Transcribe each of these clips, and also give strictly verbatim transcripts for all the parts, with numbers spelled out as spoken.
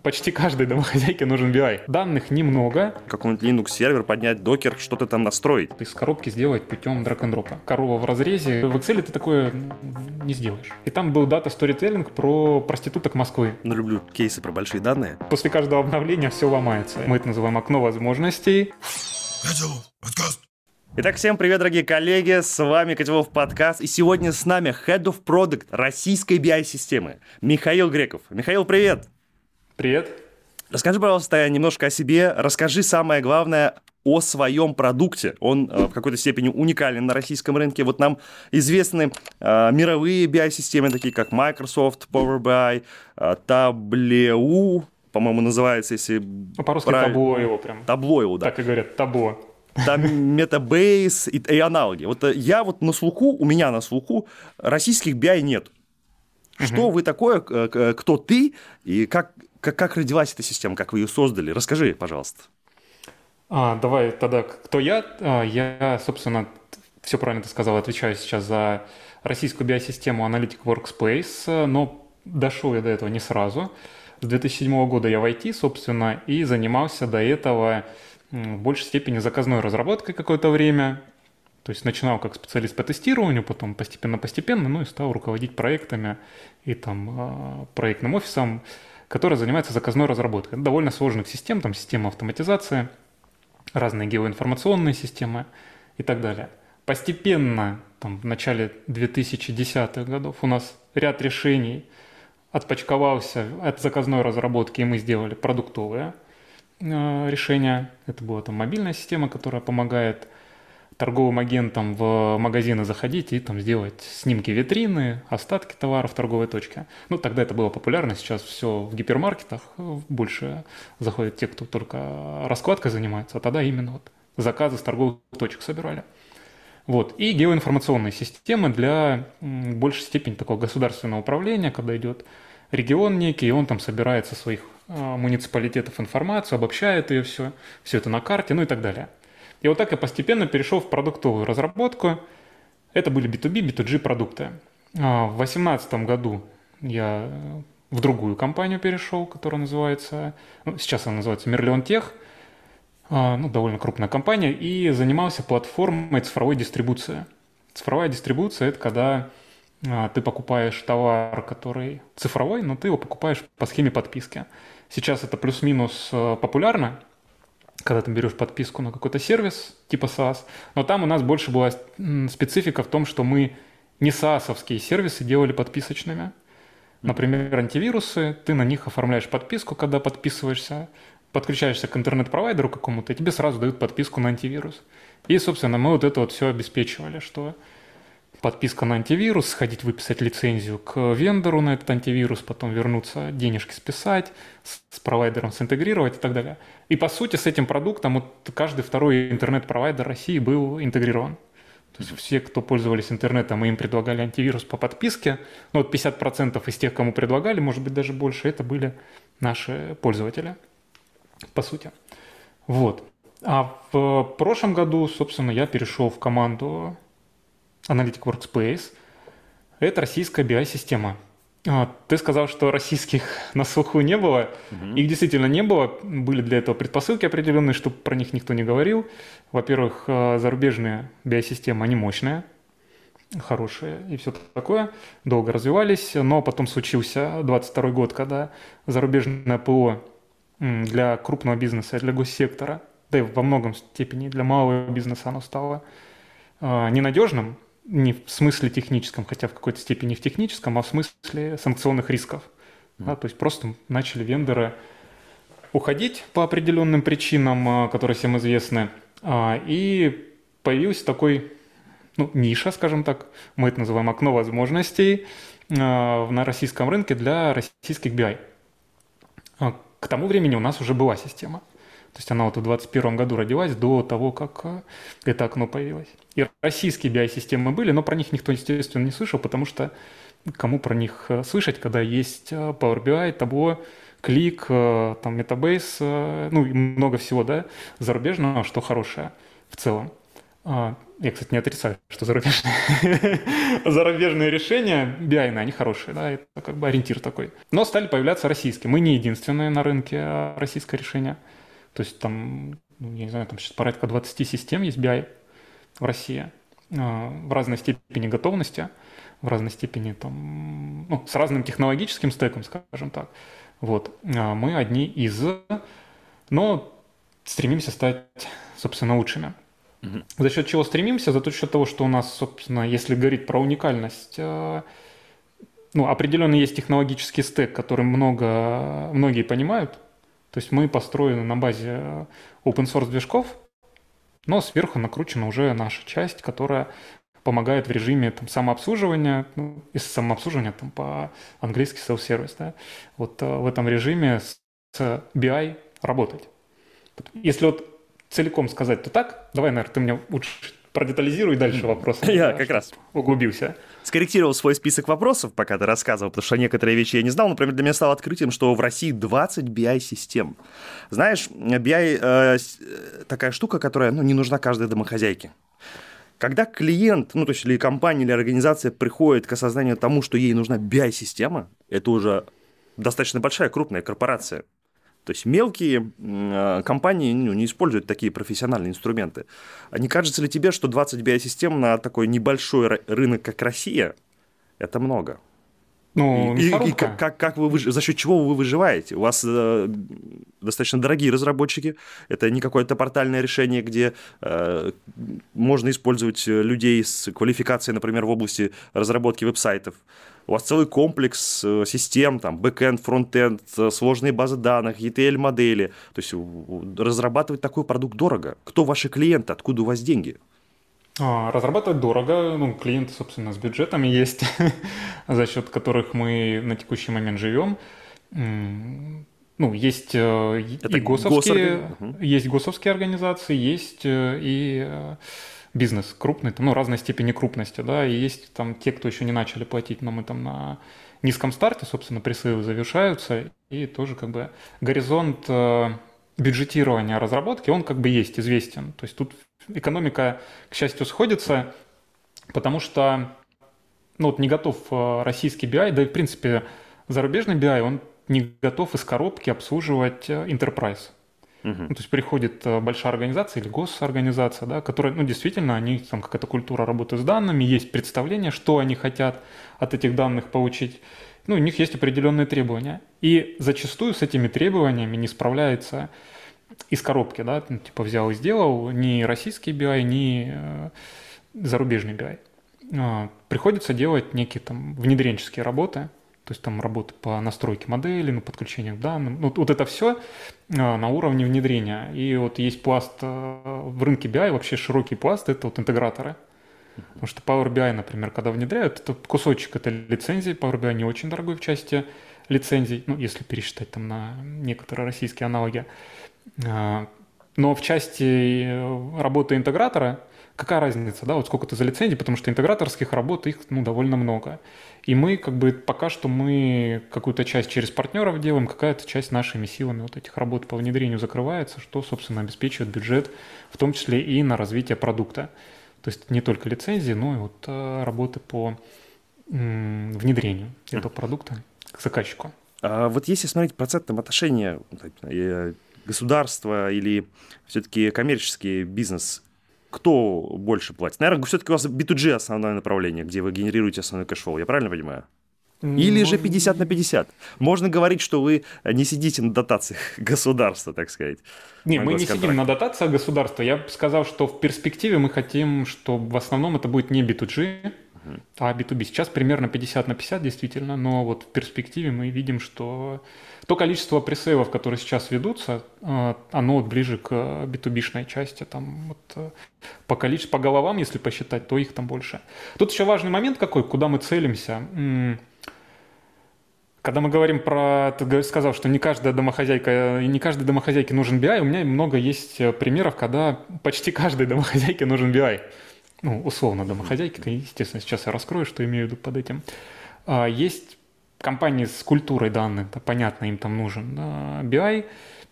почти каждой домохозяйке нужен би ай. Данных немного. Какой-нибудь Linux сервер поднять, докер, что-то там настроить. Из коробки сделать путем драг-н-дропа. Корова в разрезе. В Excel ты такое не сделаешь. И там был дата-сторителлинг про проституток Москвы. Ну, люблю кейсы про большие данные. После каждого обновления все ломается. Мы это называем окно возможностей. Итак, всем привет, дорогие коллеги, с вами Котелов подкаст, и сегодня с нами Head of Product российской би ай-системы Михаил Греков. Михаил, привет! Привет! Расскажи, пожалуйста, немножко о себе, расскажи самое главное о своем продукте. Он э, в какой-то степени уникален на российском рынке. Вот нам известны э, мировые би ай-системы, такие как Microsoft, Power би ай, э, Tableau, по-моему, называется, если... Ну, по-русски прав... табло его прям. Табло его, да. Так и говорят, табло. Там Metabase и, и аналоги. Вот я вот на слуху, у меня на слуху российских би ай нет. Что uh-huh. вы такое, кто ты и как, как, как родилась эта система, как вы ее создали? Расскажи, пожалуйста. А, давай тогда, кто я? А, я, собственно, все правильно ты сказал, отвечаю сейчас за российскую би ай-систему Analytic Workspace, но дошел я до этого не сразу. С две тысячи седьмого года я в ай ти, собственно, и занимался до этого в большей степени заказной разработкой какое-то время. То есть начинал как специалист по тестированию, потом постепенно-постепенно, ну и стал руководить проектами и там проектным офисом, который занимается заказной разработкой. Довольно сложных систем, там система автоматизации, разные геоинформационные системы и так далее. Постепенно, там, в начале две тысячи десятых годов у нас ряд решений отпочковался от заказной разработки, и мы сделали продуктовые э, решения. Это была там мобильная система, которая помогает торговым агентам в магазины заходить и там сделать снимки витрины, остатки товаров в торговой точке. Ну, тогда это было популярно, сейчас все в гипермаркетах, больше заходят те, кто только раскладкой занимается, а тогда именно вот заказы с торговых точек собирали. Вот. И геоинформационные системы для в большей степени такого государственного управления, когда идет регион некий, и он там собирает со своих э, муниципалитетов информацию, обобщает ее все, все это на карте, ну и так далее. И вот так я постепенно перешел в продуктовую разработку. Это были би ту би, би ту джи продукты. В две тысячи восемнадцатом году я в другую компанию перешел, которая называется, ну, сейчас она называется Мерлион Тех, ну, довольно крупная компания, и занимался платформой цифровой дистрибуции. Цифровая дистрибуция – это когда ты покупаешь товар, который цифровой, но ты его покупаешь по схеме подписки. Сейчас это плюс-минус популярно, когда ты берешь подписку на какой-то сервис типа SaaS, но там у нас больше была специфика в том, что мы не SaaS-овские сервисы делали подписочными. Например, антивирусы, ты на них оформляешь подписку, когда подписываешься, подключаешься к интернет-провайдеру какому-то, и тебе сразу дают подписку на антивирус. И, собственно, мы вот это вот все обеспечивали, что подписка на антивирус, сходить выписать лицензию к вендору на этот антивирус, потом вернуться, денежки списать, с провайдером синтегрировать и так далее. И по сути с этим продуктом вот каждый второй интернет-провайдер России был интегрирован. То есть все, кто пользовались интернетом, мы им предлагали антивирус по подписке. Ну вот пятьдесят процентов из тех, кому предлагали, может быть даже больше, это были наши пользователи, по сути. Вот. А в прошлом году, собственно, я перешел в команду Analytic Workspace. Это российская би ай-система. Ты сказал, что российских на слуху не было. Mm-hmm. Их действительно не было. Были для этого предпосылки определенные, чтобы про них никто не говорил. Во-первых, зарубежные би ай-системы, они мощные, хорошие и все такое. Долго развивались, но потом случился двадцать второй год, когда зарубежное ПО для крупного бизнеса, для госсектора, да и во многом степени для малого бизнеса оно стало ненадежным. Не в смысле техническом, хотя в какой-то степени в техническом, а в смысле санкционных рисков. Mm. Да, то есть просто начали вендоры уходить по определенным причинам, которые всем известны, и появился такой, ну, ниша, скажем так, мы это называем окно возможностей на российском рынке для российских би ай. К тому времени у нас уже была система. То есть она вот в двадцать первом году родилась до того, как это окно появилось. И российские би ай-системы были, но про них никто, естественно, не слышал, потому что кому про них слышать, когда есть Power би ай, Tableau, Click, там Metabase, ну и много всего, да, зарубежного, что хорошее в целом. Я, кстати, не отрицаю, что зарубежные, зарубежные решения би ай, они хорошие, да, это как бы ориентир такой. Но стали появляться российские. Мы не единственные на рынке российское решение. То есть там, ну, я не знаю, там сейчас порядка двадцать систем есть би ай в России. В разной степени готовности, в разной степени там, ну, с разным технологическим стеком, скажем так. Вот. Мы одни из, но стремимся стать, собственно, лучшими. Uh-huh. За счет чего стремимся? За счет того, что у нас, собственно, если говорить про уникальность, ну, определенно есть технологический стек, который много, многие понимают. То есть мы построены на базе open-source движков, но сверху накручена уже наша часть, которая помогает в режиме там, самообслуживания, ну, из самообслуживания там, по-английски self-service, да, вот в этом режиме с би ай работать. Если вот целиком сказать, то так. Давай, наверное, ты мне лучше продетализируй дальше вопрос. Я как раз углубился. Скорректировал свой список вопросов, пока ты рассказывал, потому что некоторые вещи я не знал. Например, для меня стало открытием, что в России двадцать би ай-систем. Знаешь, би ай э, такая штука, которая ну, не нужна каждой домохозяйке. Когда клиент, ну, то есть или компания, или организация приходит к осознанию тому, что ей нужна би ай-система, это уже достаточно большая, крупная корпорация. То есть мелкие э, компании ну, не используют такие профессиональные инструменты. А не кажется ли тебе, что двадцать би ай-систем на такой небольшой рынок, как Россия, это много? Ну, и, и, и как, как, как вы, за счет чего вы выживаете? У вас э, достаточно дорогие разработчики, это не какое-то портальное решение, где э, можно использовать людей с квалификацией, например, в области разработки веб-сайтов. У вас целый комплекс систем, там, бэкэнд, фронтенд, сложные базы данных, и ти эл-модели. То есть разрабатывать такой продукт дорого. Кто ваши клиенты, откуда у вас деньги? Разрабатывать дорого. Ну, клиенты, собственно, с бюджетами есть, за счет которых мы на текущий момент живем. Ну, есть Это и госовские, госорг... есть госовские организации, есть и бизнес крупный, там, ну, разной степени крупности, да, и есть там те, кто еще не начали платить, но мы там на низком старте, собственно, пресейлы завершаются, и тоже как бы горизонт э, бюджетирования разработки, он как бы есть, известен. То есть тут экономика, к счастью, сходится, потому что, ну, вот не готов российский би ай, да и, в принципе, зарубежный би ай, он не готов из коробки обслуживать enterprise. Uh-huh. Ну, то есть приходит большая организация или госорганизация, да, которая, ну, действительно, они, там какая-то культура работы с данными, есть представление, что они хотят от этих данных получить. Ну, у них есть определенные требования. И зачастую с этими требованиями не справляется из коробки, да, ну, типа взял и сделал ни российский би ай, ни э, зарубежный би ай. Э, приходится делать некие там внедренческие работы, то есть там работы по настройке модели, ну, подключению к данным. Вот, вот это все на уровне внедрения. И вот есть пласт в рынке би ай, вообще широкий пласт, это вот интеграторы. Потому что Power би ай, например, когда внедряют, это кусочек, это лицензии. Power би ай не очень дорогой в части лицензий, ну, если пересчитать там на некоторые российские аналоги. Но в части работы интегратора какая разница, да, вот сколько ты за лицензий, потому что интеграторских работ их, ну, довольно много. И мы как бы пока что мы какую-то часть через партнеров делаем, какая-то часть нашими силами вот этих работ по внедрению закрывается, что, собственно, обеспечивает бюджет, в том числе и на развитие продукта. То есть не только лицензии, но и вот работы по м, внедрению этого продукта к заказчику. А вот если смотреть процентном отношении государства или все-таки коммерческий бизнес, кто больше платит? Наверное, все-таки у вас би ту джи основное направление, где вы генерируете основной кэшфлоу, я правильно понимаю? Или же пятьдесят на пятьдесят? Можно говорить, что вы не сидите на дотациях государства, так сказать. Не, мы не сидим на дотациях государства. Я бы сказал, что в перспективе мы хотим, что в основном это будет не би ту джи, uh-huh. а би ту би. Сейчас примерно пятьдесят на пятьдесят, действительно, но вот в перспективе мы видим, что то количество пресейлов, которые сейчас ведутся, оно вот ближе к би ту би-шной части. Там вот по количеству, по головам, если посчитать, то их там больше. Тут еще важный момент какой, куда мы целимся. Когда мы говорим про, ты сказал, что не каждая домохозяйка, не каждой домохозяйке нужен би ай, у меня много есть примеров, когда почти каждой домохозяйке нужен би ай. Ну, условно домохозяйки, естественно, сейчас я раскрою, что имею в виду под этим. Есть компании с культурой данных, да, понятно, им там нужен би ай,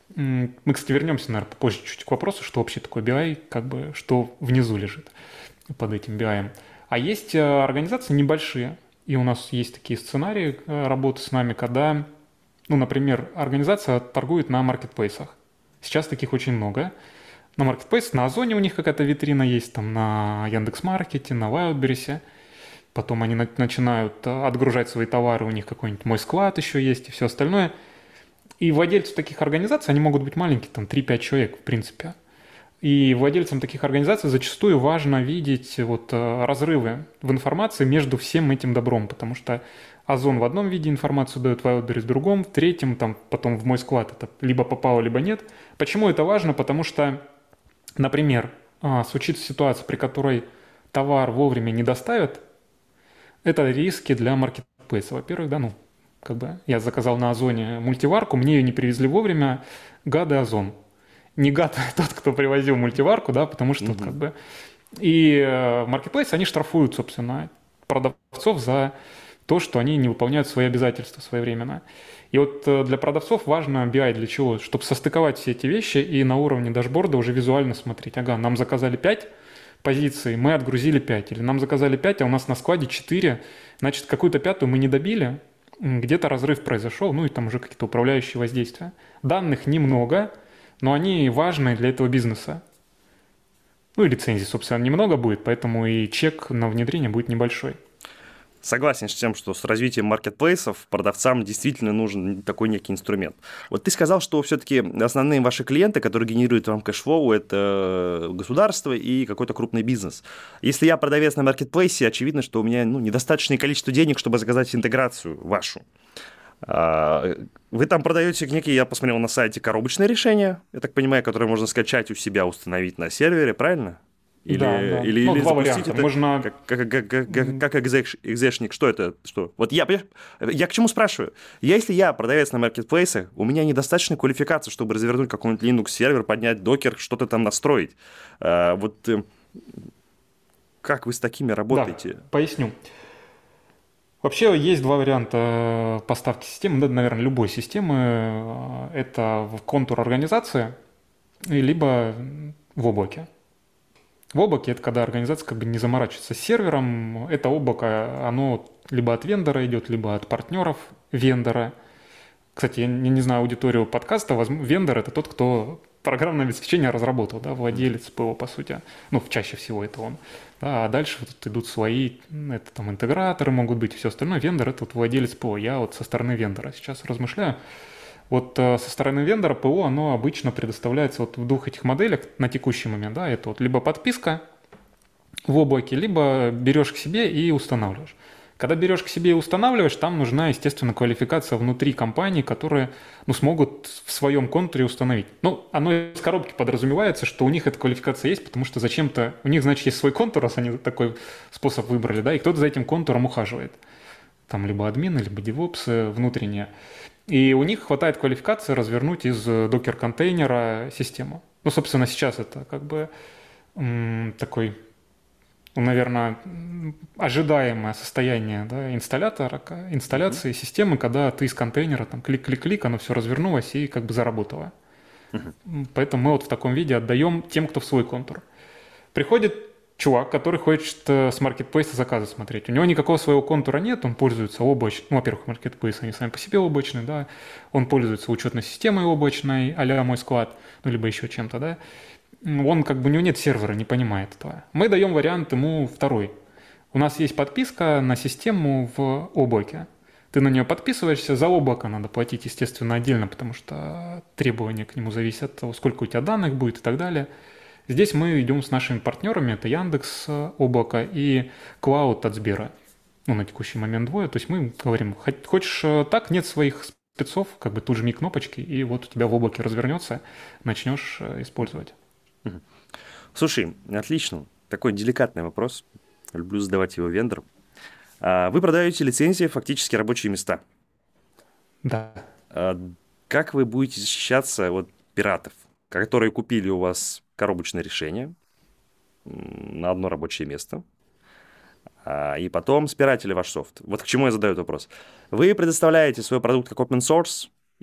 М, Мы, кстати, вернемся, наверное, попозже чуть к вопросу, что вообще такое би ай, как бы, что внизу лежит под этим би ай. А есть э, организации небольшие, и у нас есть такие сценарии э, работы с нами, когда, ну, например, организация торгует на маркетплейсах. Сейчас таких очень много. На маркетплейс, на Озоне у них какая-то витрина есть, там на Яндекс.Маркете, на Wildberries. Потом они на- начинают э, отгружать свои товары, у них какой-нибудь мой склад еще есть и все остальное. И владельцы таких организаций, они могут быть маленькие, там три-пять человек, в принципе. И владельцам таких организаций зачастую важно видеть вот э, разрывы в информации между всем этим добром, потому что Озон в одном виде информацию дает, Wildberries в другом, в третьем, там, потом в мой склад это либо попало, либо нет. Почему это важно? Потому что, например, а, случится ситуация, при которой товар вовремя не доставят, это риски для маркетплейса. Во-первых, да, ну, как бы я заказал на Озоне мультиварку, мне ее не привезли вовремя, гады Озон. Не гад тот, кто привозил мультиварку, да, потому что Мгм. как бы... И э, маркетплейсы, они штрафуют, собственно, продавцов за то, что они не выполняют свои обязательства своевременно. И вот э, для продавцов важно би ай для чего? Чтобы состыковать все эти вещи и на уровне дашборда уже визуально смотреть. Ага, нам заказали пять позиций, мы отгрузили пять. Или нам заказали пять, а у нас на складе четыре. Значит, какую-то пятую мы не добили, м, где-то разрыв произошел, ну и там уже какие-то управляющие воздействия. Данных немного, но они важны для этого бизнеса. Ну и лицензий, собственно, немного будет, поэтому и чек на внедрение будет небольшой. Согласен с тем, что с развитием маркетплейсов продавцам действительно нужен такой некий инструмент. Вот ты сказал, что все-таки основные ваши клиенты, которые генерируют вам кэшфлоу, это государство и какой-то крупный бизнес. Если я продавец на маркетплейсе, очевидно, что у меня ну, недостаточное количество денег, чтобы заказать интеграцию вашу. А, Вы там продаете некие, я посмотрел на сайте, коробочные решения, я так понимаю, которые можно скачать у себя, установить на сервере, правильно? Да, Или, да. или, Ну, или два запустить варианта. это Можно... как, как, как, как, как, как экзеш- экзешник? Что это? Что? Вот я, понимаешь, я к чему спрашиваю? Если я продавец на маркетплейсах, у меня недостаточной квалификации, чтобы развернуть какой-нибудь Linux-сервер, поднять докер, что-то там настроить. А, вот э, как вы с такими Да, работаете? поясню. Вообще есть два варианта э, поставки системы, да, наверное, любой системы. Э, Это в контур организации, и либо в облаке. В облаке это когда организация как бы не заморачивается с сервером. Это облако, оно либо от вендора идет, либо от партнеров вендора. Кстати, я не, не знаю аудиторию подкаста. Возможно, вендор — это тот, кто программное обеспечение разработал, да, владелец ПО, по сути. Ну, чаще всего это он. Да, а дальше вот тут идут свои, это там интеграторы могут быть и все остальное. Вендор — это вот владелец ПО. Я вот со стороны вендора сейчас размышляю. Вот э, со стороны вендора ПО, оно обычно предоставляется вот в двух этих моделях на текущий момент. Да, это вот либо подписка в облаке, либо берешь к себе и устанавливаешь. Когда берешь к себе и устанавливаешь, там нужна, естественно, квалификация внутри компании, которые ну, смогут в своем контуре установить. Ну, оно из коробки подразумевается, что у них эта квалификация есть, потому что зачем-то... У них, значит, есть свой контур, раз они такой способ выбрали, да, и кто-то за этим контуром ухаживает. Там либо админы, либо девопсы внутренние. И у них хватает квалификации развернуть из докер-контейнера систему. Ну, собственно, сейчас это как бы м, такой, ну, наверное, м, ожидаемое состояние, да, инсталлятора, ка- Мгм. инсталляции системы, когда ты из контейнера там клик-клик-клик, оно все развернулось и как бы заработало. Мгм. М, Поэтому мы вот в таком виде отдаем тем, кто в свой контур. Приходит чувак, который хочет э, с маркетплейса заказы смотреть. У него никакого своего контура нет, он пользуется облачным. Ну, во-первых, маркетплейсы, они сами по себе облачные, да. Он пользуется учетной системой облачной, а-ля мой склад, ну, либо еще чем-то, да. М, Он как бы, у него нет сервера, не понимает этого. Мы даем вариант ему второй. У нас есть подписка на систему в облаке. Ты на нее подписываешься, за облако надо платить, естественно, отдельно, потому что требования к нему зависят от того, сколько у тебя данных будет и так далее. Здесь мы идем с нашими партнерами, это Яндекс э, Облако и Cloud от Сбера. Ну, на текущий момент двое. То есть мы говорим, хочешь э, так, нет своих спецов, как бы тут жми кнопочки, и вот у тебя в облаке развернется, начнешь э, использовать. Мгм. Слушай, отлично. Такой деликатный вопрос. Люблю задавать его вендорам. А, Вы продаете лицензии, фактически рабочие места. Да. А Как вы будете защищаться от пиратов, которые купили у вас коробочное решение м, на одно рабочее место, а, и потом спиратели ваш софт? Вот к чему я задаю этот вопрос. Вы предоставляете свой продукт как open source,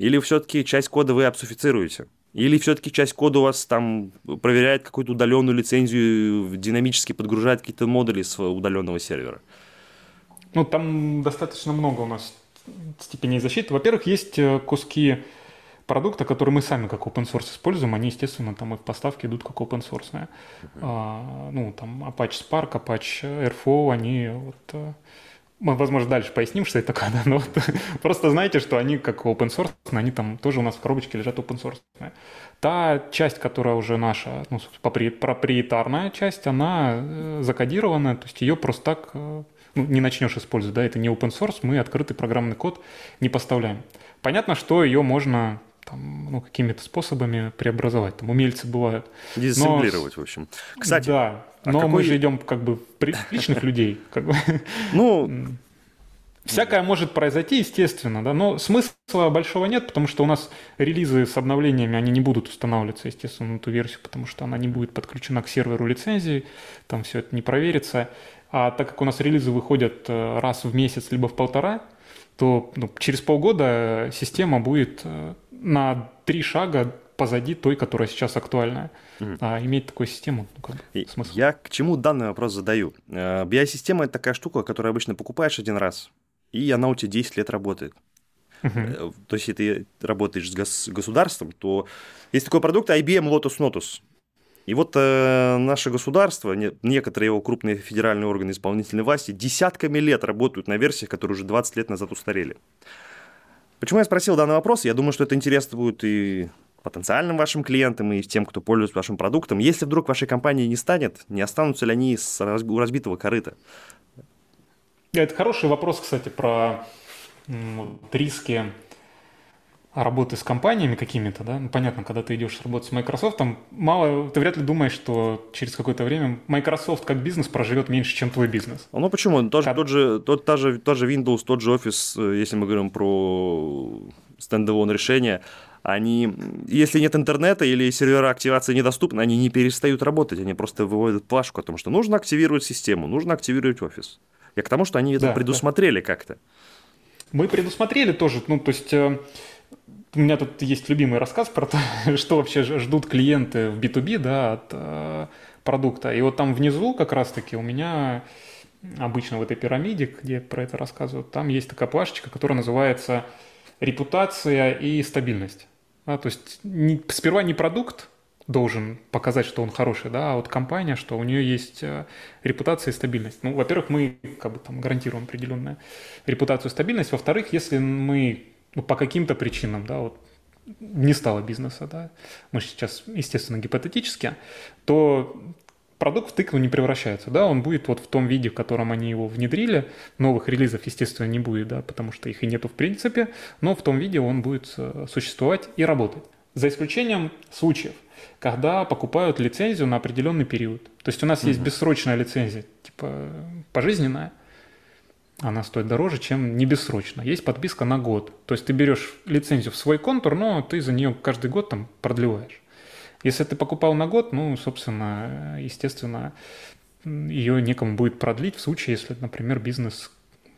Или все-таки часть кода вы обсуфицируете? Или все-таки часть кода у вас там проверяет какую-то удаленную лицензию, динамически подгружает какие-то модули с удаленного сервера? Ну, там достаточно много у нас степеней защиты. Во-первых, есть э, куски продукта, которые мы сами как open source используем, они, естественно, там и в поставке идут как open source. А, ну, там Apache Spark, Apache Airflow, они вот... э, Мы, возможно, дальше поясним, что это такое, да, но вот просто знаете, что они как open source, они там тоже у нас в коробочке лежат open source. Та часть, которая уже наша, ну, попри- проприетарная часть, она э, закодирована, то есть ее просто так э, ну, не начнешь использовать, да, это не open source, мы открытый программный код не поставляем. Понятно, что ее можно там, ну, какими-то способами преобразовать, там умельцы бывают. Дезассемблировать, в общем. Кстати, Да, а но какой... мы же идем как бы в приличных людей, как бы. Ну, Всякое может произойти, естественно, да, но смысла большого нет, потому что у нас релизы с обновлениями, они не будут устанавливаться, естественно, на ту версию, потому что она не будет подключена к серверу лицензии, там все это не проверится. А так как у нас релизы выходят э, раз в месяц либо в полтора, то ну, через полгода система будет э, на три шага позади той, которая сейчас актуальная. Мгм. А иметь такую систему, ну, как бы, И смысл. Я к чему данный вопрос задаю? Э, би ай-система– это такая штука, которую обычно покупаешь один раз, и она у тебя десять лет работает. Мгм. Э, То есть, если ты работаешь с гос- государством, то есть такой продукт ай би эм Lotus Notus. И вот э, наше государство, не- некоторые его крупные федеральные органы исполнительной власти десятками лет работают на версиях, которые уже двадцать лет назад устарели. Почему я спросил данный вопрос? Я думаю, что это интересно будет и потенциальным вашим клиентам, и тем, кто пользуется вашим продуктом. Если вдруг вашей компании не станет, не останутся ли они с раз- у разбитого корыта? Это хороший вопрос, кстати, про м, вот риски работы с компаниями какими-то, да. Ну, понятно, когда ты идешь работать с Microsoft, там мало, ты вряд ли думаешь, что через какое-то время Microsoft как бизнес проживет меньше, чем твой бизнес. Ну почему? Тот, Кад- тот, же, тот, та же, тот же Windows, тот же Office, э, если мы говорим про стендалон решения, они, если нет интернета или сервера активации недоступны, они не перестают работать, они просто выводят плашку о том, что нужно активировать систему, нужно активировать офис. Я к тому, что они это Да, да. предусмотрели как-то. Мы предусмотрели тоже, ну, то есть э, у меня тут есть любимый рассказ про то, что вообще ж- ждут клиенты в би ту би, да, от э, продукта. И вот там внизу как раз-таки у меня обычно в этой пирамиде, где про это рассказывают, там есть такая плашечка, которая называется репутация и стабильность. Да, то есть не- сперва не продукт должен показать, что он хороший, да, а вот компания, что у нее есть э, репутация и стабильность. Ну, во-первых, мы как бы там гарантируем определенную репутацию и стабильность. Во-вторых, если мы ну, по каким-то причинам, да, вот не стало бизнеса, да, мы сейчас, естественно, гипотетически, то продукт в тыкву не превращается, да, он будет вот в том виде, в котором они его внедрили, новых релизов, естественно, не будет, да, потому что их и нету в принципе, но в том виде он будет э, существовать и работать. За исключением случаев, когда покупают лицензию на определенный период. То есть у нас есть бессрочная лицензия, типа пожизненная, она стоит дороже, чем не бессрочно. Есть подписка на год. То есть ты берешь лицензию в свой контур, но ты за нее каждый год там продлеваешь. Если ты покупал на год, ну, собственно, естественно, ее некому будет продлить в случае, если, например, бизнес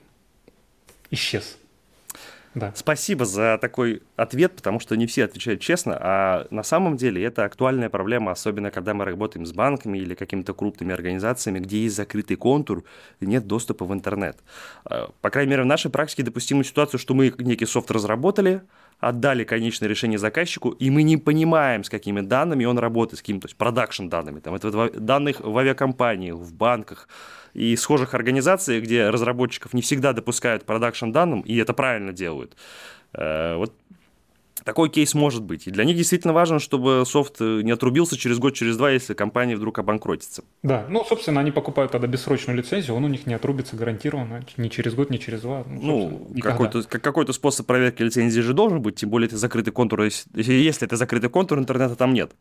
исчез. Да. Спасибо за такой ответ, потому что не все отвечают честно, а на самом деле это актуальная проблема, особенно когда мы работаем с банками или какими-то крупными организациями, где есть закрытый контур и нет доступа в интернет. А, По крайней мере, в нашей практике допустимую ситуацию, что мы некий софт разработали, отдали конечное решение заказчику, и мы не понимаем, с какими данными он работает, с какими, то есть продакшн данными, там, это в данных в авиакомпаниях, в банках и схожих организациях, где разработчиков не всегда допускают к продакшн данным, и это правильно делают. Э, Вот такой кейс может быть. И для них действительно важно, чтобы софт не отрубился через год, через два, если компания вдруг обанкротится. Да, ну, собственно, они покупают тогда бессрочную лицензию, он у них не отрубится гарантированно ни через год, ни через два. Ну, Ну, никогда. какой-то, как- какой-то способ проверки лицензии же должен быть, тем более это закрытый контур. Если, если это закрытый контур, интернета там нет.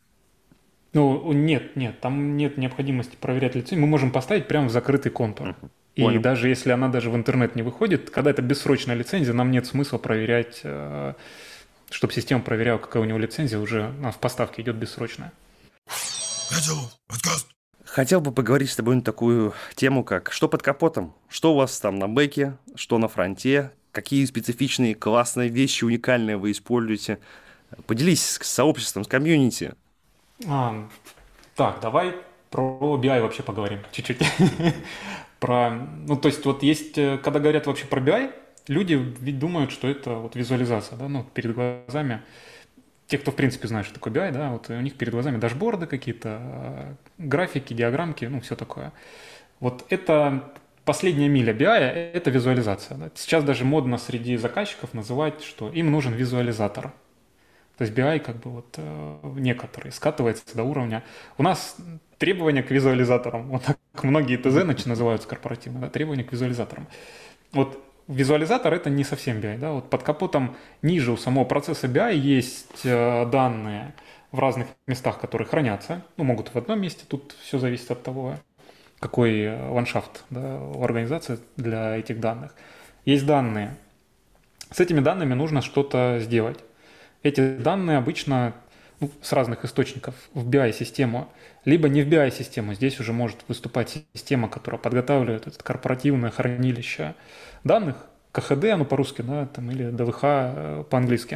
Ну, нет, нет, там нет необходимости проверять лицензию. Мы можем поставить прямо в закрытый контур. И Понял. даже если она даже в интернет не выходит, когда это бессрочная лицензия, нам нет смысла проверять, э, чтобы система проверяла, какая у него лицензия, уже а, в поставке идет бессрочная. Хотел бы поговорить с тобой на такую тему, как что под капотом, что у вас там на бэке, что на фронте, какие специфичные, классные вещи, уникальные вы используете. Поделись с сообществом, с комьюнити. А, так, давай про би ай вообще поговорим чуть-чуть. Про, ну, то есть вот есть, э, когда говорят вообще про би ай, люди ведь думают, что это вот визуализация, да, ну, перед глазами. Те, кто в принципе знает, что такое би ай, да, вот у них перед глазами дашборды какие-то, э, графики, диаграммки, ну, все такое. Вот это последняя миля би ай, это визуализация. Да. Сейчас даже модно среди заказчиков называть, что им нужен визуализатор. То есть би ай как бы вот э, некоторые скатывается до уровня. У нас требования к визуализаторам, вот так многие ТЗ значит, называются корпоративно, да, требования к визуализаторам. Вот визуализатор это не совсем би ай, да, вот под капотом ниже у самого процесса би ай есть э, данные в разных местах, которые хранятся, ну могут в одном месте, тут все зависит от того, какой ландшафт, да, у организации для этих данных. Есть данные. С этими данными нужно что-то сделать. Эти данные обычно ну, с разных источников в би ай-систему, либо не в би ай-систему. Здесь уже может выступать система, которая подготавливает это корпоративное хранилище данных, ка ха дэ, ну по-русски, да, там, или дэ вэ ха по-английски.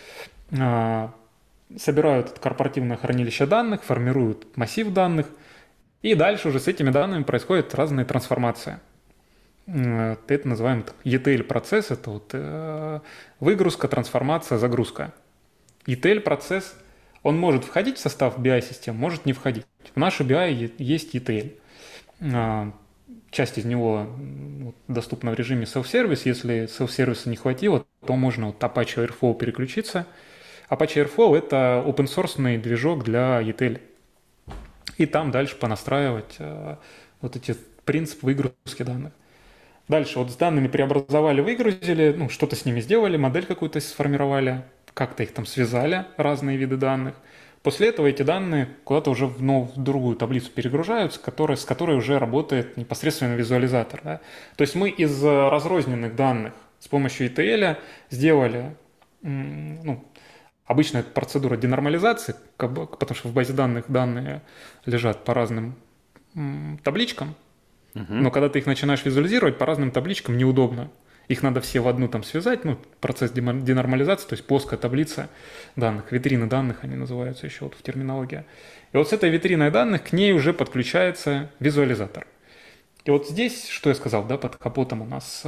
Собирают это корпоративное хранилище данных, формируют массив данных, и дальше уже с этими данными происходят разные трансформации. Это называем и ти эл-процесс, это вот выгрузка, трансформация, загрузка. и ти эл-процесс, он может входить в состав би ай-систем, может не входить. В нашу би ай есть и ти эл. Часть из него доступна в режиме self-service. Если self-сервиса не хватило, то можно вот Apache Airflow переключиться. Apache Airflow – это open-source движок для и ти эл. И там дальше понастраивать вот эти принципы выгрузки данных. Дальше вот с данными преобразовали, выгрузили, ну, что-то с ними сделали, модель какую-то сформировали, как-то их там связали, разные виды данных. После этого эти данные куда-то уже в, ну, в другую таблицу перегружаются, которая, с которой уже работает непосредственно визуализатор. Да? То есть мы из разрозненных данных с помощью и ти эл сделали, ну, обычно это процедура денормализации, потому что в базе данных данные лежат по разным табличкам, но когда ты их начинаешь визуализировать, по разным табличкам неудобно. Их надо все в одну там связать, ну, процесс денормализации, то есть плоская таблица данных, витрины данных они называются еще вот в терминологии. И вот с этой витриной данных к ней уже подключается визуализатор. И вот здесь, что я сказал, да, под капотом у нас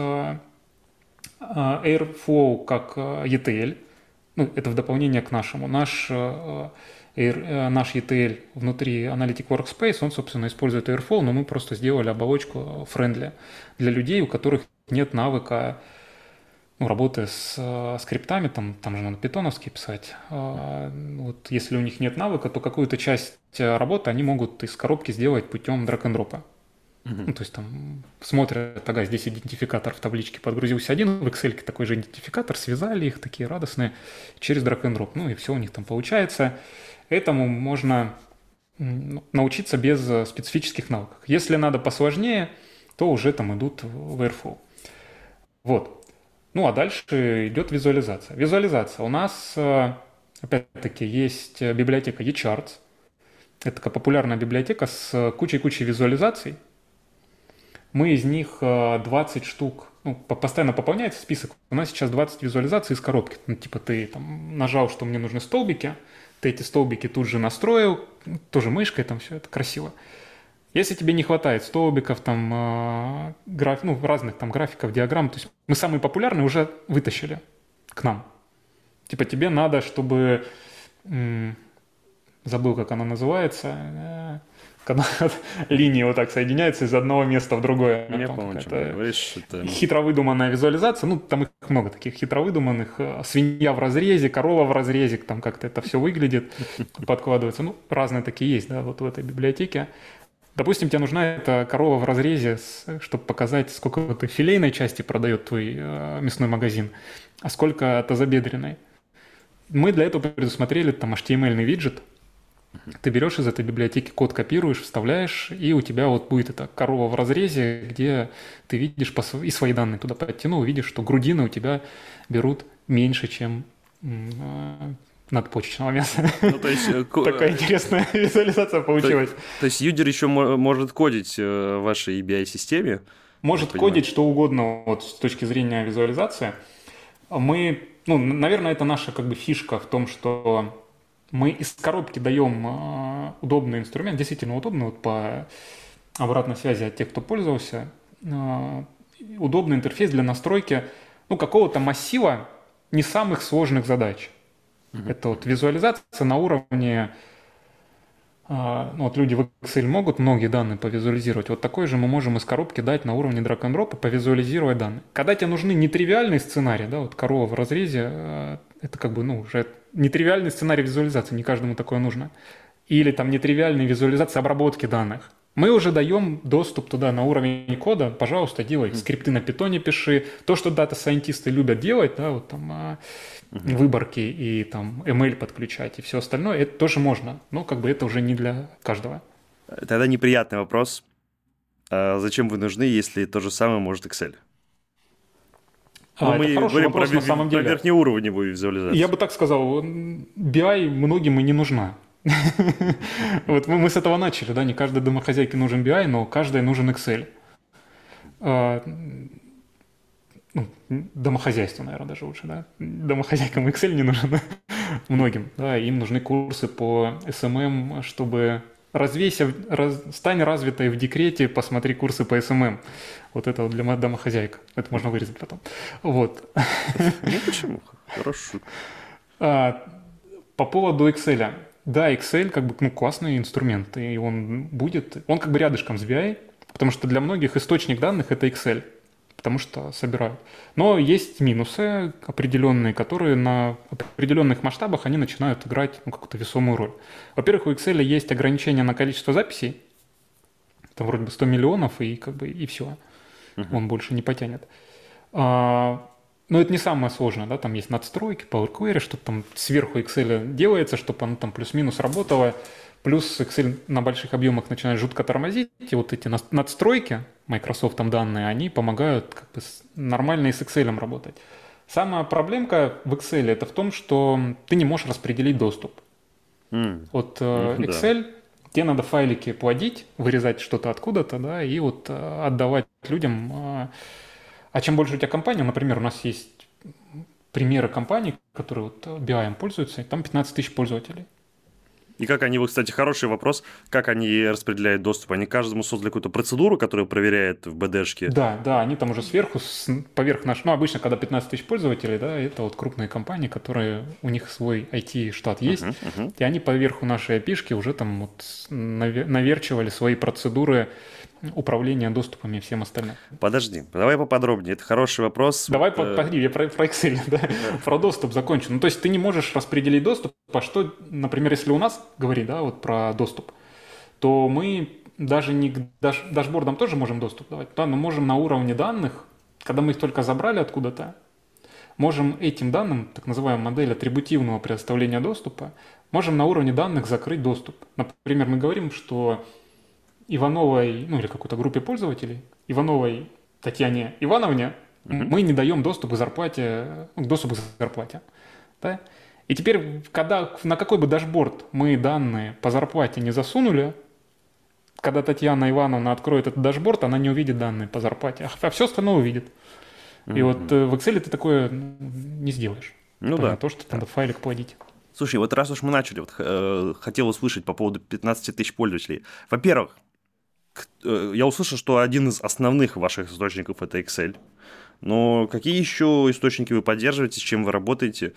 Airflow как и ти эл, ну, это в дополнение к нашему. Наш Наш и ти эл внутри Analytic Workspace, он, собственно, использует Airflow, но мы просто сделали оболочку friendly для людей, у которых нет навыка ну, работы с э, скриптами, там, там же надо питоновские писать. Э, вот, если у них нет навыка, то какую-то часть работы они могут из коробки сделать путем драг-н-дропа. Uh-huh. Ну, то есть там смотрят, ага, здесь идентификатор в табличке подгрузился один, в Excel такой же идентификатор, связали их, такие радостные, через драг-н-дроп. Ну и все у них там получается. Этому можно научиться без специфических навыков. Если надо посложнее, то уже там идут в Airflow. Вот. Ну а дальше идет визуализация. Визуализация. У нас, опять-таки, есть библиотека eCharts. Это такая популярная библиотека с кучей-кучей визуализаций. Мы из них двадцать штук, ну, постоянно пополняется список. У нас сейчас двадцать визуализаций из коробки. Ну, типа ты там нажал, что мне нужны столбики, ты эти столбики тут же настроил, тоже мышкой, там все это красиво. Если тебе не хватает столбиков, там, граф, ну, разных там графиков, диаграмм, то есть мы самые популярные уже вытащили к нам. Типа тебе надо, чтобы... М- забыл, как она называется... Когда линии вот так соединяются из одного места в другое. Я помню, что ты говоришь. Это... Хитро выдуманная визуализация. Ну, там их много таких хитро выдуманных. Свинья в разрезе, корова в разрезе. Там как-то это все выглядит, подкладывается. Ну, разные такие есть, да, вот в этой библиотеке. Допустим, тебе нужна эта корова в разрезе, чтобы показать, сколько вот филейной части продает твой э, мясной магазин, а сколько тазобедренной. Мы для этого предусмотрели там эйч ти эм эль-ный виджет. Ты берешь из этой библиотеки код, копируешь, вставляешь, и у тебя вот будет эта корова в разрезе, где ты видишь и свои данные туда подтянул, видишь, что грудины у тебя берут меньше, чем надпочечного мяса. Ну, то есть, такая интересная визуализация получилась. То, то есть юзер еще может кодить в вашей би ай-системе, Я может понимаю. кодить что угодно вот с точки зрения визуализации. Мы, ну, наверное, это наша как бы фишка в том, что мы из коробки даем э, удобный инструмент, действительно удобный, вот по обратной связи от тех, кто пользовался, э, удобный интерфейс для настройки, ну, какого-то массива не самых сложных задач. Мгм. Это вот визуализация на уровне, а, ну, вот люди в Excel могут многие данные повизуализировать. Вот такой же мы можем из коробки дать на уровне drag-and-drop повизуализировать данные. Когда тебе нужны нетривиальные сценарии, да, вот корова в разрезе, а, это как бы, ну, уже нетривиальный сценарий визуализации, не каждому такое нужно. Или там нетривиальные визуализации обработки данных. Мы уже даем доступ туда на уровень кода. Пожалуйста, делай. Мгм. Скрипты на питоне пиши. То, что дата-сайентисты любят делать, да, вот там а, Мгм. выборки и там эм эл подключать и все остальное, это тоже можно. Но как бы это уже не для каждого. Тогда неприятный вопрос. А зачем вы нужны, если то же самое может Excel? Но А, это мы хороший говорим про, вопрос на ви- самом про деле. верхнеуровневую Я визуализацию. бы так сказал, би ай многим и не нужна. Вот мы, мы с этого начали, да, не каждой домохозяйке нужен би ай, но каждой нужен Excel. А, ну, домохозяйство, наверное, даже лучше, да. Домохозяйкам Excel не нужен, да? Многим, да, им нужны курсы по эс эм эм, чтобы развейся, раз, стань развитой в декрете, посмотри курсы по эс эм эм. Вот это вот для мо- домохозяек. Это можно вырезать потом. Вот. Ну почему? Хорошо. А, по поводу Excel. Да, Excel как бы ну, классный инструмент, и он будет, он как бы рядышком с би ай, потому что для многих источник данных это Excel, потому что собирают. Но есть минусы определенные, которые на определенных масштабах они начинают играть ну, какую-то весомую роль. Во-первых, у Excel есть ограничение на количество записей, там вроде бы сто миллионов, и как бы и все, Мгм. он больше не потянет. А, но это не самое сложное, да, там есть надстройки, Power Query, что там сверху Excel делается, чтобы оно там плюс-минус работало. Плюс Excel на больших объемах начинает жутко тормозить, и вот эти нас- надстройки, Microsoft там данные, они помогают как бы с- нормально и с Excel работать. Самая проблемка в Excel это в том, что ты не можешь распределить доступ. М. Вот Ну э, да. Excel, тебе надо файлики плодить, вырезать что-то откуда-то, да, и вот э, отдавать людям. э, а чем больше у тебя компания, например, у нас есть примеры компаний, которые вот би ай пользуются, и там пятнадцать тысяч пользователей. И как они, вот, кстати, хороший вопрос, как они распределяют доступ? Они каждому создали какую-то процедуру, которая проверяет в бэ дэ-шке? Да, да, они там уже сверху, с- поверх нашего, ну, обычно, когда пятнадцать тысяч пользователей, да, это вот крупные компании, которые, у них свой ай ти-штат есть, Мгм, мгм. и они поверху нашей эй пи шки уже там вот наве- наверчивали свои процедуры управления доступами и всем остальным. Подожди, давай поподробнее. Это хороший вопрос. Давай, Вот, по- э, погоди, я про, про Excel, да, да. про доступ закончу. Ну, то есть ты не можешь распределить доступ, а что, например, если у нас говорить, да, вот про доступ, то мы даже не к даш- дашбордам тоже можем доступ давать, да, но можем на уровне данных, когда мы их только забрали откуда-то, можем этим данным, так называемую модель атрибутивного предоставления доступа, можем на уровне данных закрыть доступ. Например, мы говорим, что Ивановой, ну или какой-то группе пользователей, Ивановой Татьяне Ивановне Мгм. мы не даем доступ к зарплате, ну, к доступу к зарплате. Да? И теперь, когда на какой бы дашборд мы данные по зарплате не засунули, когда Татьяна Ивановна откроет этот дашборд, она не увидит данные по зарплате, а все остальное увидит. И вот Мгм. э, в Excel ты такое ну, не сделаешь. Ну Помимо да. того, что Да. надо файлик плодить. Слушай, вот раз уж мы начали, вот, э, хотел услышать по поводу пятнадцати тысяч пользователей. Во-первых, к- э, я услышал, что один из основных ваших источников это Excel. Но какие еще источники вы поддерживаете, с чем вы работаете?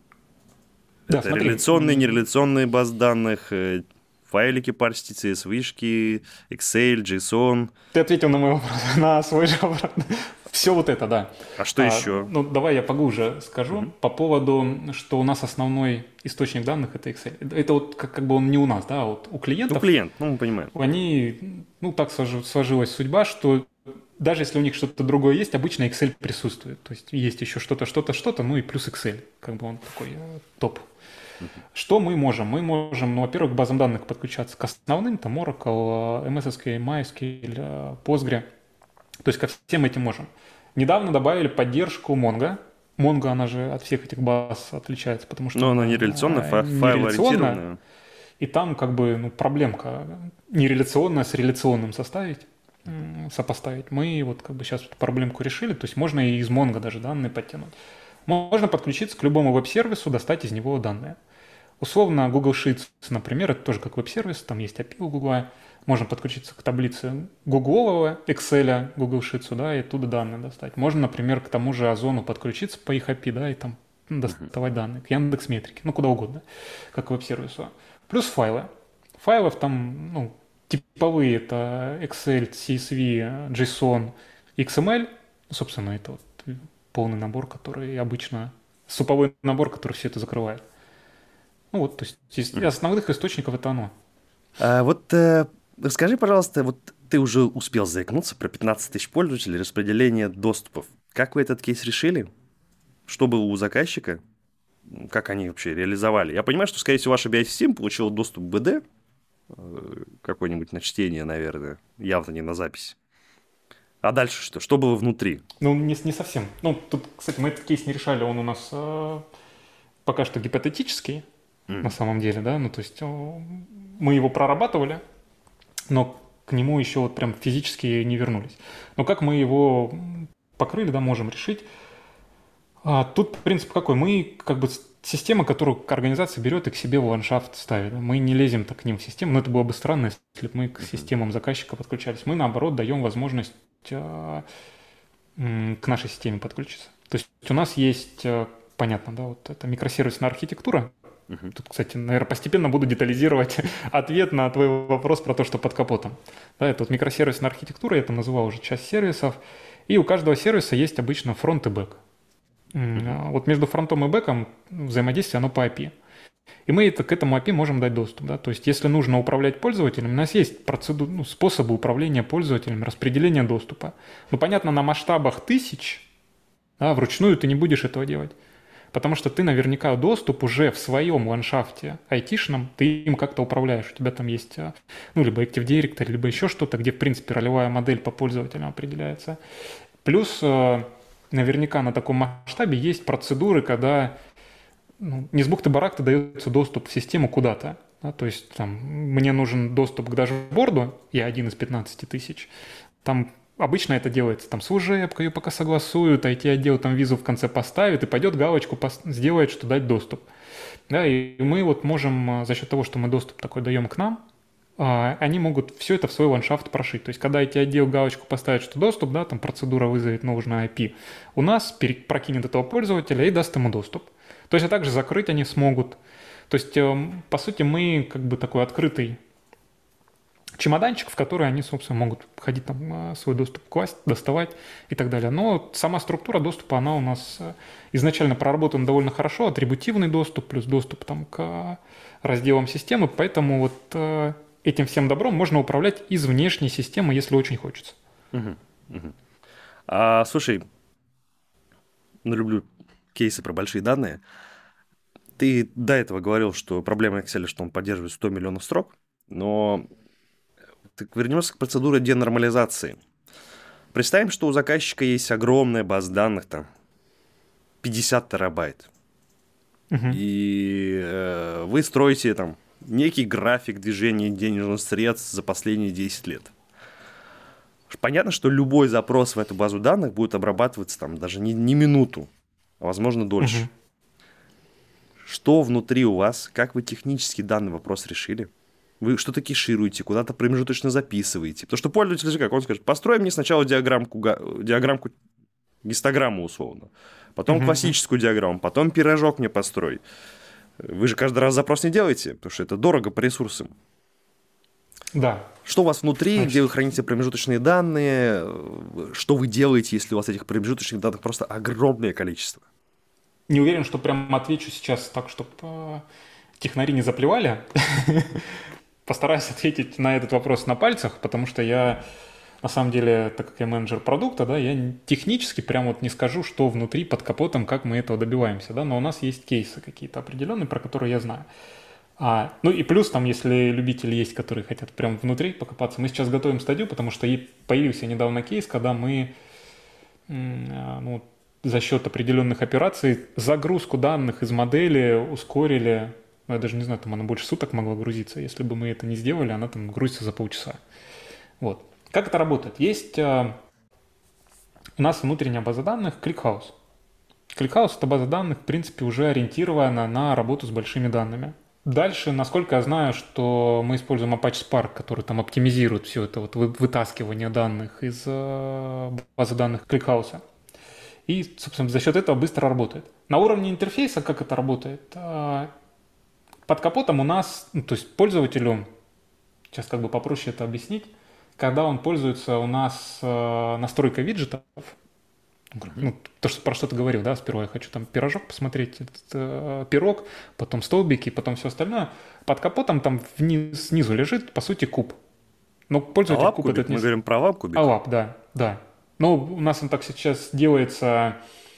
Да, Это смотри, реляционные, м, нереляционные базы данных, э, файлики парсите, си эс-вышки, Excel, JSON. ты ответил на мой вопрос, на свой же вопрос. Все вот это, да. А что А, еще? ну, давай я поглубже скажу Мгм. по поводу, что у нас основной источник данных это Excel. Это вот как, как бы он не у нас, да, а вот у Ну, клиентов, клиент, ну, мы понимаем. они, ну, так сложи- сложилась судьба, что даже если у них что-то другое есть, обычно Excel присутствует. То есть есть еще что-то, что-то, что-то, ну и плюс Excel. Как бы он такой э, топ. Что мы можем? Мы можем, ну, во-первых, к базам данных подключаться к основным, там Oracle, эм эс эс кью эл, MySQL, э, Postgre. То есть ко всем этим можем. Недавно добавили поддержку Mongo. Mongo, она же от всех этих баз отличается, потому что Но она она нереляционная, э, фа- нереляционная, файлоориентированная. и там как бы ну, проблемка нереляционная с реляционным составить. сопоставить. Мы вот как бы сейчас эту проблемку решили, то есть можно и из Mongo даже данные подтянуть. Можно подключиться к любому веб-сервису, достать из него данные. Условно, Google Sheets, например, это тоже как веб-сервис, там есть эй пи у Google. Можно подключиться к таблице гуглового Excel, Google Sheets, да, и оттуда данные достать. Можно, например, к тому же Озону подключиться по их эй пи, да, и там доставать данные, к Яндекс.Метрике, ну, куда угодно, как веб-сервису. Плюс файлы. Файлов там, ну, типовые, это Excel, си эс ви, JSON, икс эм эль. Собственно, это вот полный набор, который обычно, суповой набор, который все это закрывает. Ну вот, то есть из основных источников это оно. А вот э, расскажи, пожалуйста, вот ты уже успел заикнуться про пятнадцать тысяч пользователей, распределение доступов. Как вы этот кейс решили? Что было у заказчика? Как они вообще реализовали? Я понимаю, что, скорее всего, ваша би ай-система получила доступ к би ди, какой-нибудь на чтение, наверное, явно не на запись. А дальше что? Что было внутри? Ну, не, не совсем. Ну, тут, кстати, мы этот кейс не решали, он у нас э, пока что гипотетический, mm. на самом деле, да, ну, то есть э, мы его прорабатывали, но к нему еще вот прям физически не вернулись. Но как мы его покрыли, да, можем решить. А тут принцип какой? Мы как бы система, которую организация берет и к себе в ландшафт ставит. Мы не лезем так к ним в систему, но это было бы странно, если бы мы к системам заказчика подключались. Мы, наоборот, даем возможность а, м, к нашей системе подключиться. То есть у нас есть, а, понятно, да, вот это микросервисная архитектура. Uh-huh. Тут, кстати, наверное, постепенно буду детализировать ответ на твой вопрос про то, что под капотом. Да, это вот микросервисная архитектура, я это называл уже часть сервисов. И у каждого сервиса есть обычно фронт и бэк. Uh-huh. Вот между фронтом и бэком взаимодействие, оно по эй пи. И мы это, к этому эй пи можем дать доступ. Да? То есть если нужно управлять пользователем, у нас есть процеду, ну, способы управления пользователем, распределения доступа. Ну, понятно, на масштабах тысяч, да, вручную ты не будешь этого делать. Потому что ты наверняка доступ уже в своем ландшафте айтишном, ты им как-то управляешь. У тебя там есть, ну, либо Active Directory, либо еще что-то, где, в принципе, ролевая модель по пользователям определяется. Плюс наверняка на таком масштабе есть процедуры, когда, ну, не с бухты-барахты дается доступ в систему куда-то. Да? То есть там, мне нужен доступ к дашборду, я один из пятнадцати тысяч, там обычно это делается там с служебкой, ее пока согласуют, ай ти-отдел там визу в конце поставит и пойдет галочку сделает, что дать доступ. Да, и мы вот можем за счет того, что мы доступ такой даем к нам, они могут все это в свой ландшафт прошить. То есть, когда ай ти-отдел галочку поставит, что доступ, да, там процедура вызовет нужный ай пи, у нас прокинет этого пользователя и даст ему доступ. То есть, а также закрыть они смогут. То есть, по сути, мы как бы такой открытый чемоданчик, в который они, собственно, могут ходить там свой доступ класть, доставать и так далее. Но сама структура доступа, она у нас изначально проработана довольно хорошо, атрибутивный доступ плюс доступ там к разделам системы, поэтому вот этим всем добром можно управлять из внешней системы, если очень хочется. Угу, угу. А, слушай, ну, люблю кейсы про большие данные. Ты до этого говорил, что проблема Excel, что он поддерживает сто миллионов строк, но так вернемся к процедуре денормализации. Представим, что у заказчика есть огромная база данных, там, пятьдесят терабайт. Uh-huh. И э, вы строите там некий график движения денежных средств за последние десять лет. Понятно, что любой запрос в эту базу данных будет обрабатываться там даже не, не минуту, а возможно дольше. Uh-huh. Что внутри у вас? Как вы технически данный вопрос решили? Вы что-то кешируете, куда-то промежуточно записываете. Потому что пользователь же как? Он скажет, построй мне сначала диаграммку, диаграммку гистограмму условно, потом uh-huh. классическую диаграмму, потом пирожок мне построй. Вы же каждый раз запрос не делаете, потому что это дорого по ресурсам. Да. Что у вас внутри, Значит. Где вы храните промежуточные данные, что вы делаете, если у вас этих промежуточных данных просто огромное количество? Не уверен, что прям отвечу сейчас так, чтобы технари не заплевали. Постараюсь ответить на этот вопрос на пальцах, потому что я, на самом деле, так как я менеджер продукта, да, я технически прям вот не скажу, что внутри, под капотом, как мы этого добиваемся, да, но у нас есть кейсы какие-то определенные, про которые я знаю. А, ну и плюс там, если любители есть, которые хотят прям внутри покопаться, мы сейчас готовим стадию, потому что появился недавно кейс, когда мы, ну, за счет определенных операций загрузку данных из модели ускорили. Я даже не знаю, там она больше суток могла грузиться. Если бы мы это не сделали, она там грузится за полчаса. Вот. Как это работает? Есть э, у нас внутренняя база данных ClickHouse. ClickHouse — это база данных, в принципе, уже ориентирована на работу с большими данными. Дальше, насколько я знаю, что мы используем Apache Spark, который там оптимизирует все это вот вытаскивание данных из э, базы данных ClickHouse. И, собственно, за счет этого быстро работает. На уровне интерфейса как это работает? Э, под капотом у нас, ну, то есть пользователю, сейчас как бы попроще это объяснить, когда он пользуется у нас э, настройкой виджетов, ну, то, что, про что ты говорил, да, сперва я хочу там пирожок посмотреть, этот, э, пирог, потом столбики, потом все остальное. Под капотом там вниз, снизу лежит, по сути, куб. Но пользователь алап куб кубик? этот не... Мы говорим про алап кубик? алап, да, да. Но у нас он так сейчас делается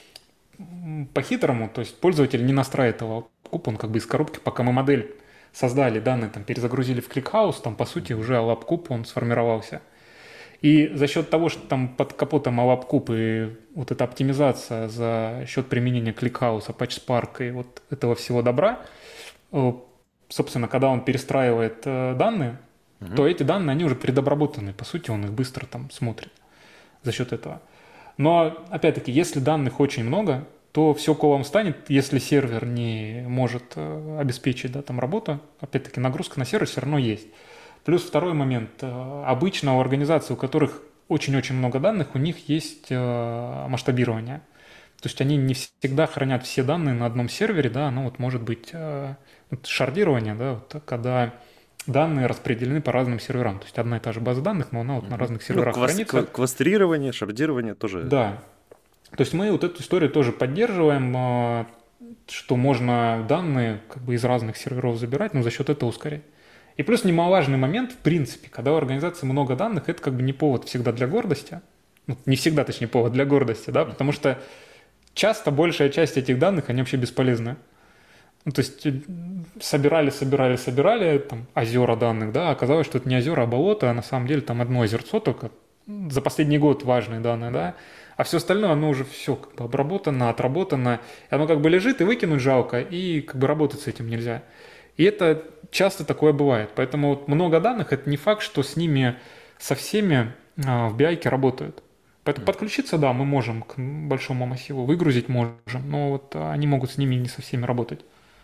по-хитрому, то есть пользователь не настраивает его куб, он как бы из коробки, пока мы модель создали, данные там перезагрузили в ClickHouse, там по сути уже алап куб, он сформировался. И за счет того, что там под капотом алап куб и вот эта оптимизация за счет применения ClickHouse, Apache Spark и вот этого всего добра, собственно, когда он перестраивает данные, угу. то эти данные, они уже предобработаны, по сути, он их быстро там смотрит за счет этого. Но, опять-таки, если данных очень много, то все колом станет, если сервер не может обеспечить, да, там работу, опять-таки, нагрузка на сервер все равно есть. Плюс второй момент. Обычно у организаций, у которых очень-очень много данных, у них есть масштабирование. То есть они не всегда хранят все данные на одном сервере, да, оно вот может быть шардирование, да, вот, когда данные распределены по разным серверам. То есть одна и та же база данных, но она вот на разных серверах ну, хранится. Кластерирование, шардирование тоже. Да. То есть мы вот эту историю тоже поддерживаем, что можно данные как бы из разных серверов забирать, но за счет этого ускорять. И плюс немаловажный момент, в принципе, когда у организации много данных, это как бы не повод всегда для гордости. Ну, не всегда, точнее, повод для гордости, да, потому что часто большая часть этих данных, они вообще бесполезны. Ну, то есть собирали, собирали, собирали там озера данных, да, оказалось, что это не озера, а болото, а на самом деле там одно озерцо только за последний год важные данные, да, а все остальное, оно уже все как бы обработано, отработано, и оно как бы лежит, и выкинуть жалко, и как бы работать с этим нельзя. И это часто такое бывает. Поэтому вот много данных – это не факт, что с ними со всеми а, в би ай работают. Поэтому mm. подключиться, да, мы можем к большому массиву, выгрузить можем, но вот они могут с ними не со всеми работать.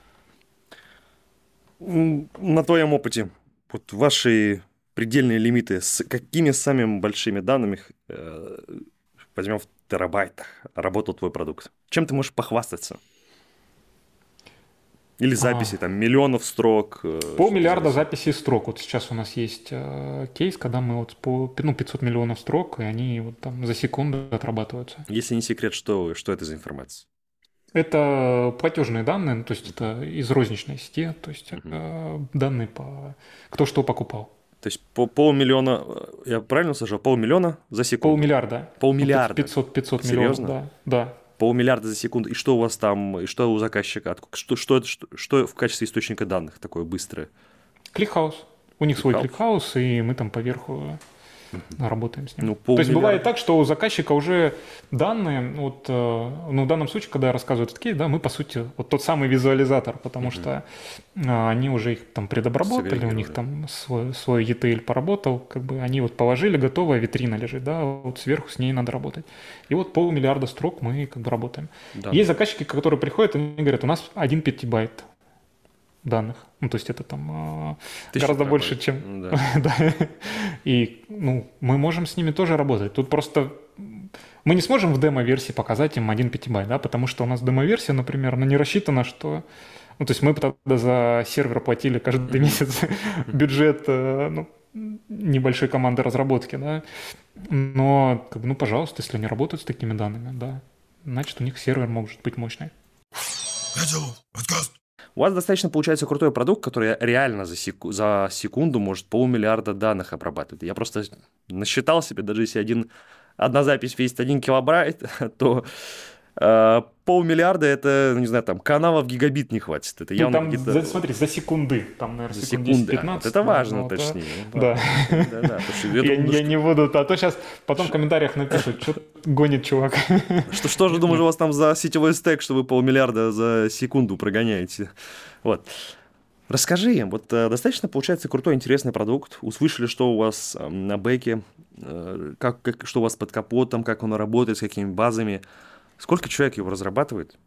На твоем опыте, вот ваши предельные лимиты, с какими самыми большими данными, э, возьмем в терабайтах, работал твой продукт? Чем ты можешь похвастаться? Или записи, а, там, миллионов строк. Полмиллиарда записей строк. Вот сейчас у нас есть э, кейс, когда мы вот по ну, пятьсот миллионов строк, и они вот там за секунду отрабатываются. Если не секрет, что, что это за информация? Это платежные данные, ну, то есть это из розничной сети, то есть uh-huh. э, данные по кто что покупал. То есть по полмиллиона, я правильно сажал, полмиллиона за секунду? Полмиллиарда. Полмиллиарда? пятьсот, пятьсот миллионов, да. да. Полмиллиарда за секунду. И что у вас там, и что у заказчика? Что, что, что, что в качестве источника данных такое быстрое? ClickHouse. У них ClickHouse. свой ClickHouse, и мы там поверху uh-huh. работаем с ним. Ну, то есть бывает так, что у заказчика уже данные, вот, ну, в данном случае, когда я рассказываю этот кейс, да, мы, по сути, вот тот самый визуализатор, потому uh-huh. что а, они уже их там предобработали, у них там свой, свой и ти эл поработал, как бы они вот положили, готовая витрина лежит, да, вот сверху с ней надо работать. И вот полмиллиарда строк мы как бы работаем. Да. Есть заказчики, которые приходят, и говорят, у нас один петибайт данных. Ну, то есть это там Тысяча гораздо работает. больше, чем... Да. да. И ну, мы можем с ними тоже работать. Тут просто мы не сможем в демо-версии показать им один петибайт, да, потому что у нас демо-версия, например, она не рассчитана, что... Ну, то есть мы тогда за сервер платили каждый месяц бюджет ну, небольшой команды разработки, да. Но, как бы, ну, пожалуйста, если они работают с такими данными, да, значит, у них сервер может быть мощный. У вас достаточно получается крутой продукт, который реально за, сек... за секунду может полмиллиарда данных обрабатывать. Я просто насчитал себе, даже если один... одна запись весит один килобайт, то э, полмиллиарда это, не знаю, там каналов гигабит не хватит. Это ну, явно там, какие-то... за, смотри, за секунды. Там, наверное, за секунды. десять-пятнадцать. Вот это важно, ну, точнее. Да. да, да, я, я не буду, а то сейчас потом в комментариях напишут, что гонит чувак. Что, что же, думаешь, у вас там за сетевой стек, что вы полмиллиарда за секунду прогоняете? Вот. Расскажи им, вот э, достаточно получается крутой, интересный продукт. Услышали, что у вас э, на бэке, э, как, как- что у вас под капотом, как оно работает, с какими базами. Сколько человек его разрабатывает?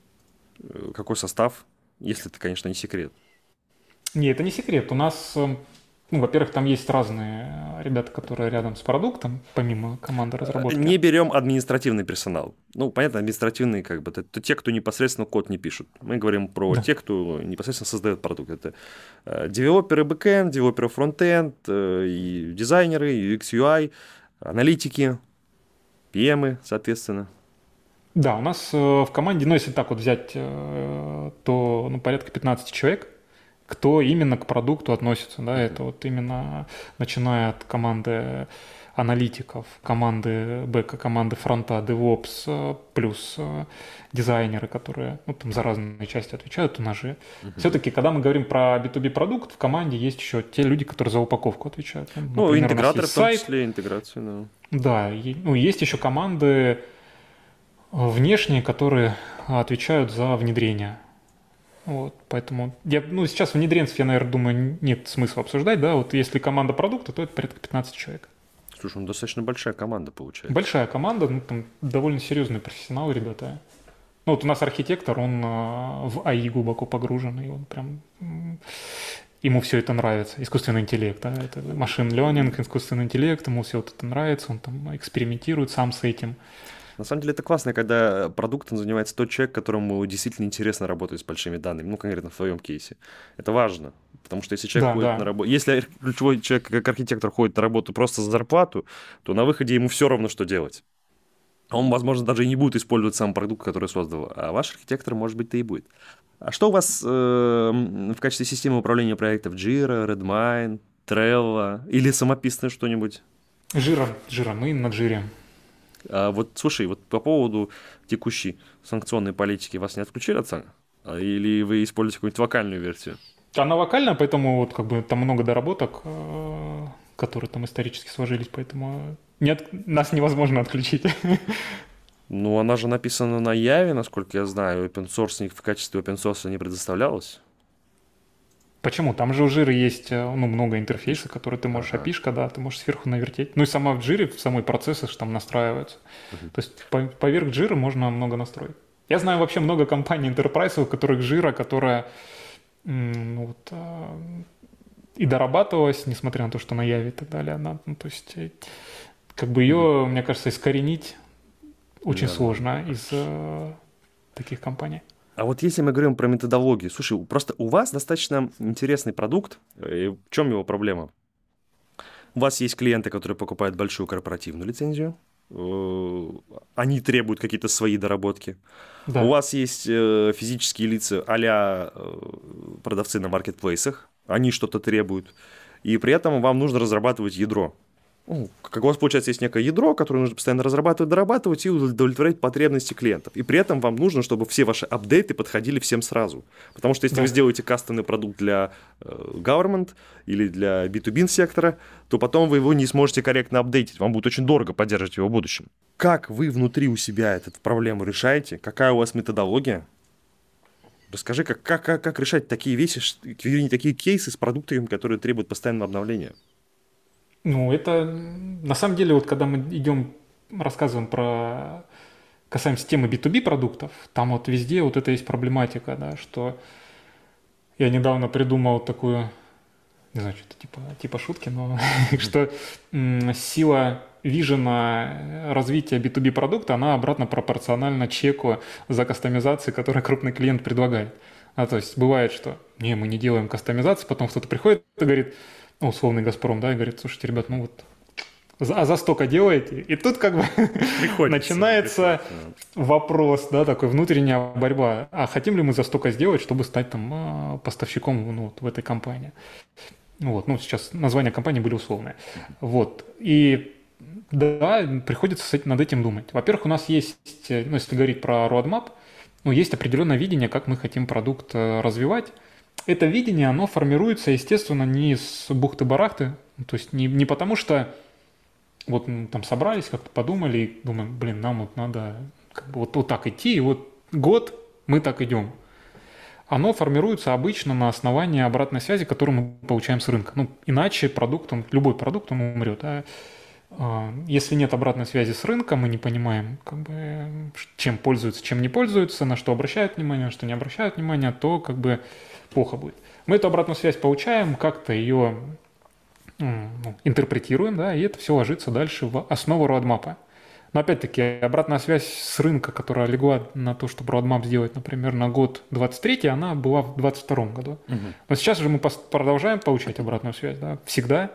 Э, какой состав? Если это, конечно, не секрет. Не, это не секрет. У нас, э, ну, во-первых, там есть разные э, ребята, которые рядом с продуктом, помимо команды Э, разработки. Не берем административный персонал. Ну, понятно, административный, как бы, это, это те, кто непосредственно код не пишут. Мы говорим про Да. тех, кто непосредственно создает продукт. Это э, девелоперы бэкэнд, девелоперы фронтенд, э, и дизайнеры, ю экс, ю ай, аналитики, пи эм, соответственно. Да, у нас э, в команде, ну, если так вот взять, э, то ну, порядка пятнадцать человек, кто именно к продукту относится, да, Мгм. это вот именно начиная от команды аналитиков, команды бэка, команды фронта, DevOps, э, плюс э, дизайнеры, которые, ну, там за разные части отвечают, у нас же. Мгм. Все-таки, когда мы говорим про би ту би продукт, в команде есть еще те люди, которые за упаковку отвечают. Ну, Ну, например, у нас интеграторы есть в том сайт, числе, интеграцию, да, и- ну, есть еще команды внешние, которые отвечают за внедрение. Вот, поэтому я, ну, сейчас внедренцев, я, наверное, думаю, нет смысла обсуждать, да, вот если команда продукта, то это порядка пятнадцать человек. да. Слушай, ну достаточно большая команда получается. Большая команда, ну, там довольно серьезные профессионалы, ребята. Ну, вот у нас архитектор, он а, в эй ай глубоко погружен, и он прям, м, ему все это нравится. Искусственный интеллект, да, это машин learning, искусственный интеллект, ему все вот это нравится, он там экспериментирует сам с этим. На самом деле это классно, когда продуктом занимается тот человек, которому действительно интересно работать с большими данными, ну, конкретно в твоем кейсе. Это важно, потому что если человек Да, ходит на да. работу, если ключевой человек, как архитектор, ходит на работу просто за зарплату, то на выходе ему все равно, что делать. Он, возможно, даже и не будет использовать сам продукт, который создал, а ваш архитектор, может быть, и будет. А что у вас э, м, в качестве системы управления проектов? Jira, Redmine, Trello или самописное что-нибудь? Жира, жира, мы на жире. А вот, слушай, вот по поводу текущей санкционной политики вас не отключили от сан? А или вы используете какую-нибудь вокальную версию? Она вокальная, поэтому вот как бы там много доработок, э, которые там исторически сложились, поэтому нет, нас невозможно отключить. Ну, она же написана на Яве, насколько я знаю, open source в качестве open source не предоставлялась. Почему? Там же у жира есть э, ну, много интерфейсов, которые ты можешь Ага. эй пи ай, да, ты можешь сверху навертеть. Ну и сама в жире, в самой процессы ж там настраиваются. Мгм. То есть по- поверх жира можно много настроить. Я знаю вообще много компаний enterprise, у которых жира, которая м, ну, вот, а, и дорабатывалась, несмотря на то, что на Яве и так далее. Она, ну, то есть э, как бы Мгм. ее, мне кажется, искоренить очень Да-да-да. сложно из э, таких компаний. А вот если мы говорим про методологию, слушай, у- просто у вас достаточно интересный продукт. э, И в чем его проблема? У вас есть клиенты, которые покупают большую корпоративную лицензию. э, Они требуют какие-то свои доработки. У Да, вас есть э, физические лица а-ля э, продавцы на маркетплейсах. Они что-то требуют. И при этом вам нужно разрабатывать ядро. Ну, как у вас, получается, есть некое ядро, которое нужно постоянно разрабатывать, дорабатывать и удовлетворять потребности клиентов. И при этом вам нужно, чтобы все ваши апдейты подходили всем сразу. Потому что если вы да. сделаете кастомный продукт для э, government или для би ту би сектора, то потом вы его не сможете корректно апдейтить. Вам будет очень дорого поддерживать его в будущем. Как вы внутри у себя эту проблему решаете? Какая у вас методология? Расскажи, как, как, как, как решать такие вещи, ш- вернее, такие кейсы с продуктами, которые требуют постоянного обновления? Ну, это м, на самом деле, вот когда мы идем, рассказываем про, касаемся темы би ту би продуктов, там вот везде вот это есть проблематика, да, что я недавно придумал такую, не знаю, что-то типа, типа шутки, но что м, сила вижена развития би ту би продукта, она обратно пропорциональна чеку за кастомизации, который крупный клиент предлагает. А то есть бывает, что не, мы не делаем кастомизации, потом кто-то приходит и говорит, ну, условный «Газпром», да, и говорит, слушайте, ребят, ну вот, за- а за столько делаете? И тут как бы Приходится. начинается приходится. вопрос, да, такой внутренняя борьба. А хотим ли мы за столько сделать, чтобы стать там а, поставщиком ну, вот в этой компании? Ну вот, ну сейчас названия компании были условные. Вот. И да, приходится с этим, над этим думать. Во-первых, у нас есть, э, ну если говорить про roadmap, ну есть определенное видение, как мы хотим продукт э, развивать. Это видение, оно формируется, естественно, не с бухты-барахты, ну, то есть не, не потому что вот мы там собрались, как-то подумали и думаем, блин, нам вот надо как бы вот, вот так идти, и вот год мы так идем. оно формируется обычно на основании обратной связи, которую мы получаем с рынка. Ну, иначе продукт, он, любой продукт, он умрет. А, а, если нет обратной связи с рынка, мы не понимаем, как бы, чем пользуются, чем не пользуются, на что обращают внимание, на что не обращают внимания, то как бы плохо будет. Мы эту обратную связь получаем, как-то ее ну, интерпретируем, да, и это все ложится дальше в основу roadmap. Но опять-таки, обратная связь с рынка, которая легла на то, чтобы roadmap сделать, например, на год двадцать третий, она была в двадцать втором году. Угу. Но сейчас же мы продолжаем получать обратную связь, да, всегда.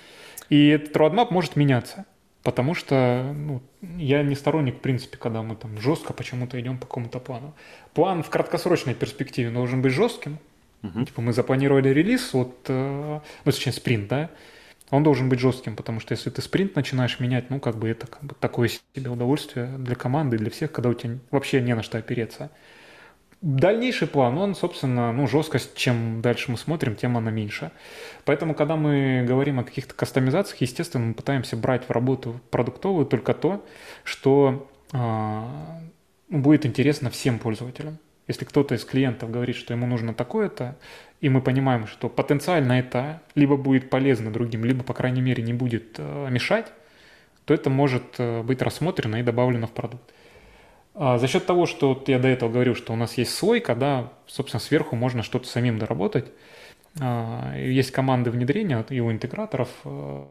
И этот roadmap может меняться, потому что ну, я не сторонник, в принципе, когда мы там жестко почему-то идем по какому-то плану. План в краткосрочной перспективе должен быть жестким. Угу. Типа мы запланировали релиз, вот, ну, точнее, спринт, да, он должен быть жестким, потому что если ты спринт начинаешь менять, ну, как бы это как бы такое себе удовольствие для команды, для всех, когда у тебя вообще не на что опереться. Дальнейший план, он, собственно, ну, жесткость, чем дальше мы смотрим, тем она меньше. Поэтому, когда мы говорим о каких-то кастомизациях, естественно, мы пытаемся брать в работу продуктовую только то, что э, будет интересно всем пользователям. Если кто-то из клиентов говорит, что ему нужно такое-то, и мы понимаем, что потенциально это либо будет полезно другим, либо, по крайней мере, не будет э, мешать, то это может э, быть рассмотрено и добавлено в продукт. А за счет того, что я до этого говорил, что у нас есть слой, когда, собственно, сверху можно что-то самим доработать. А, есть команды внедрения и у интеграторов, э,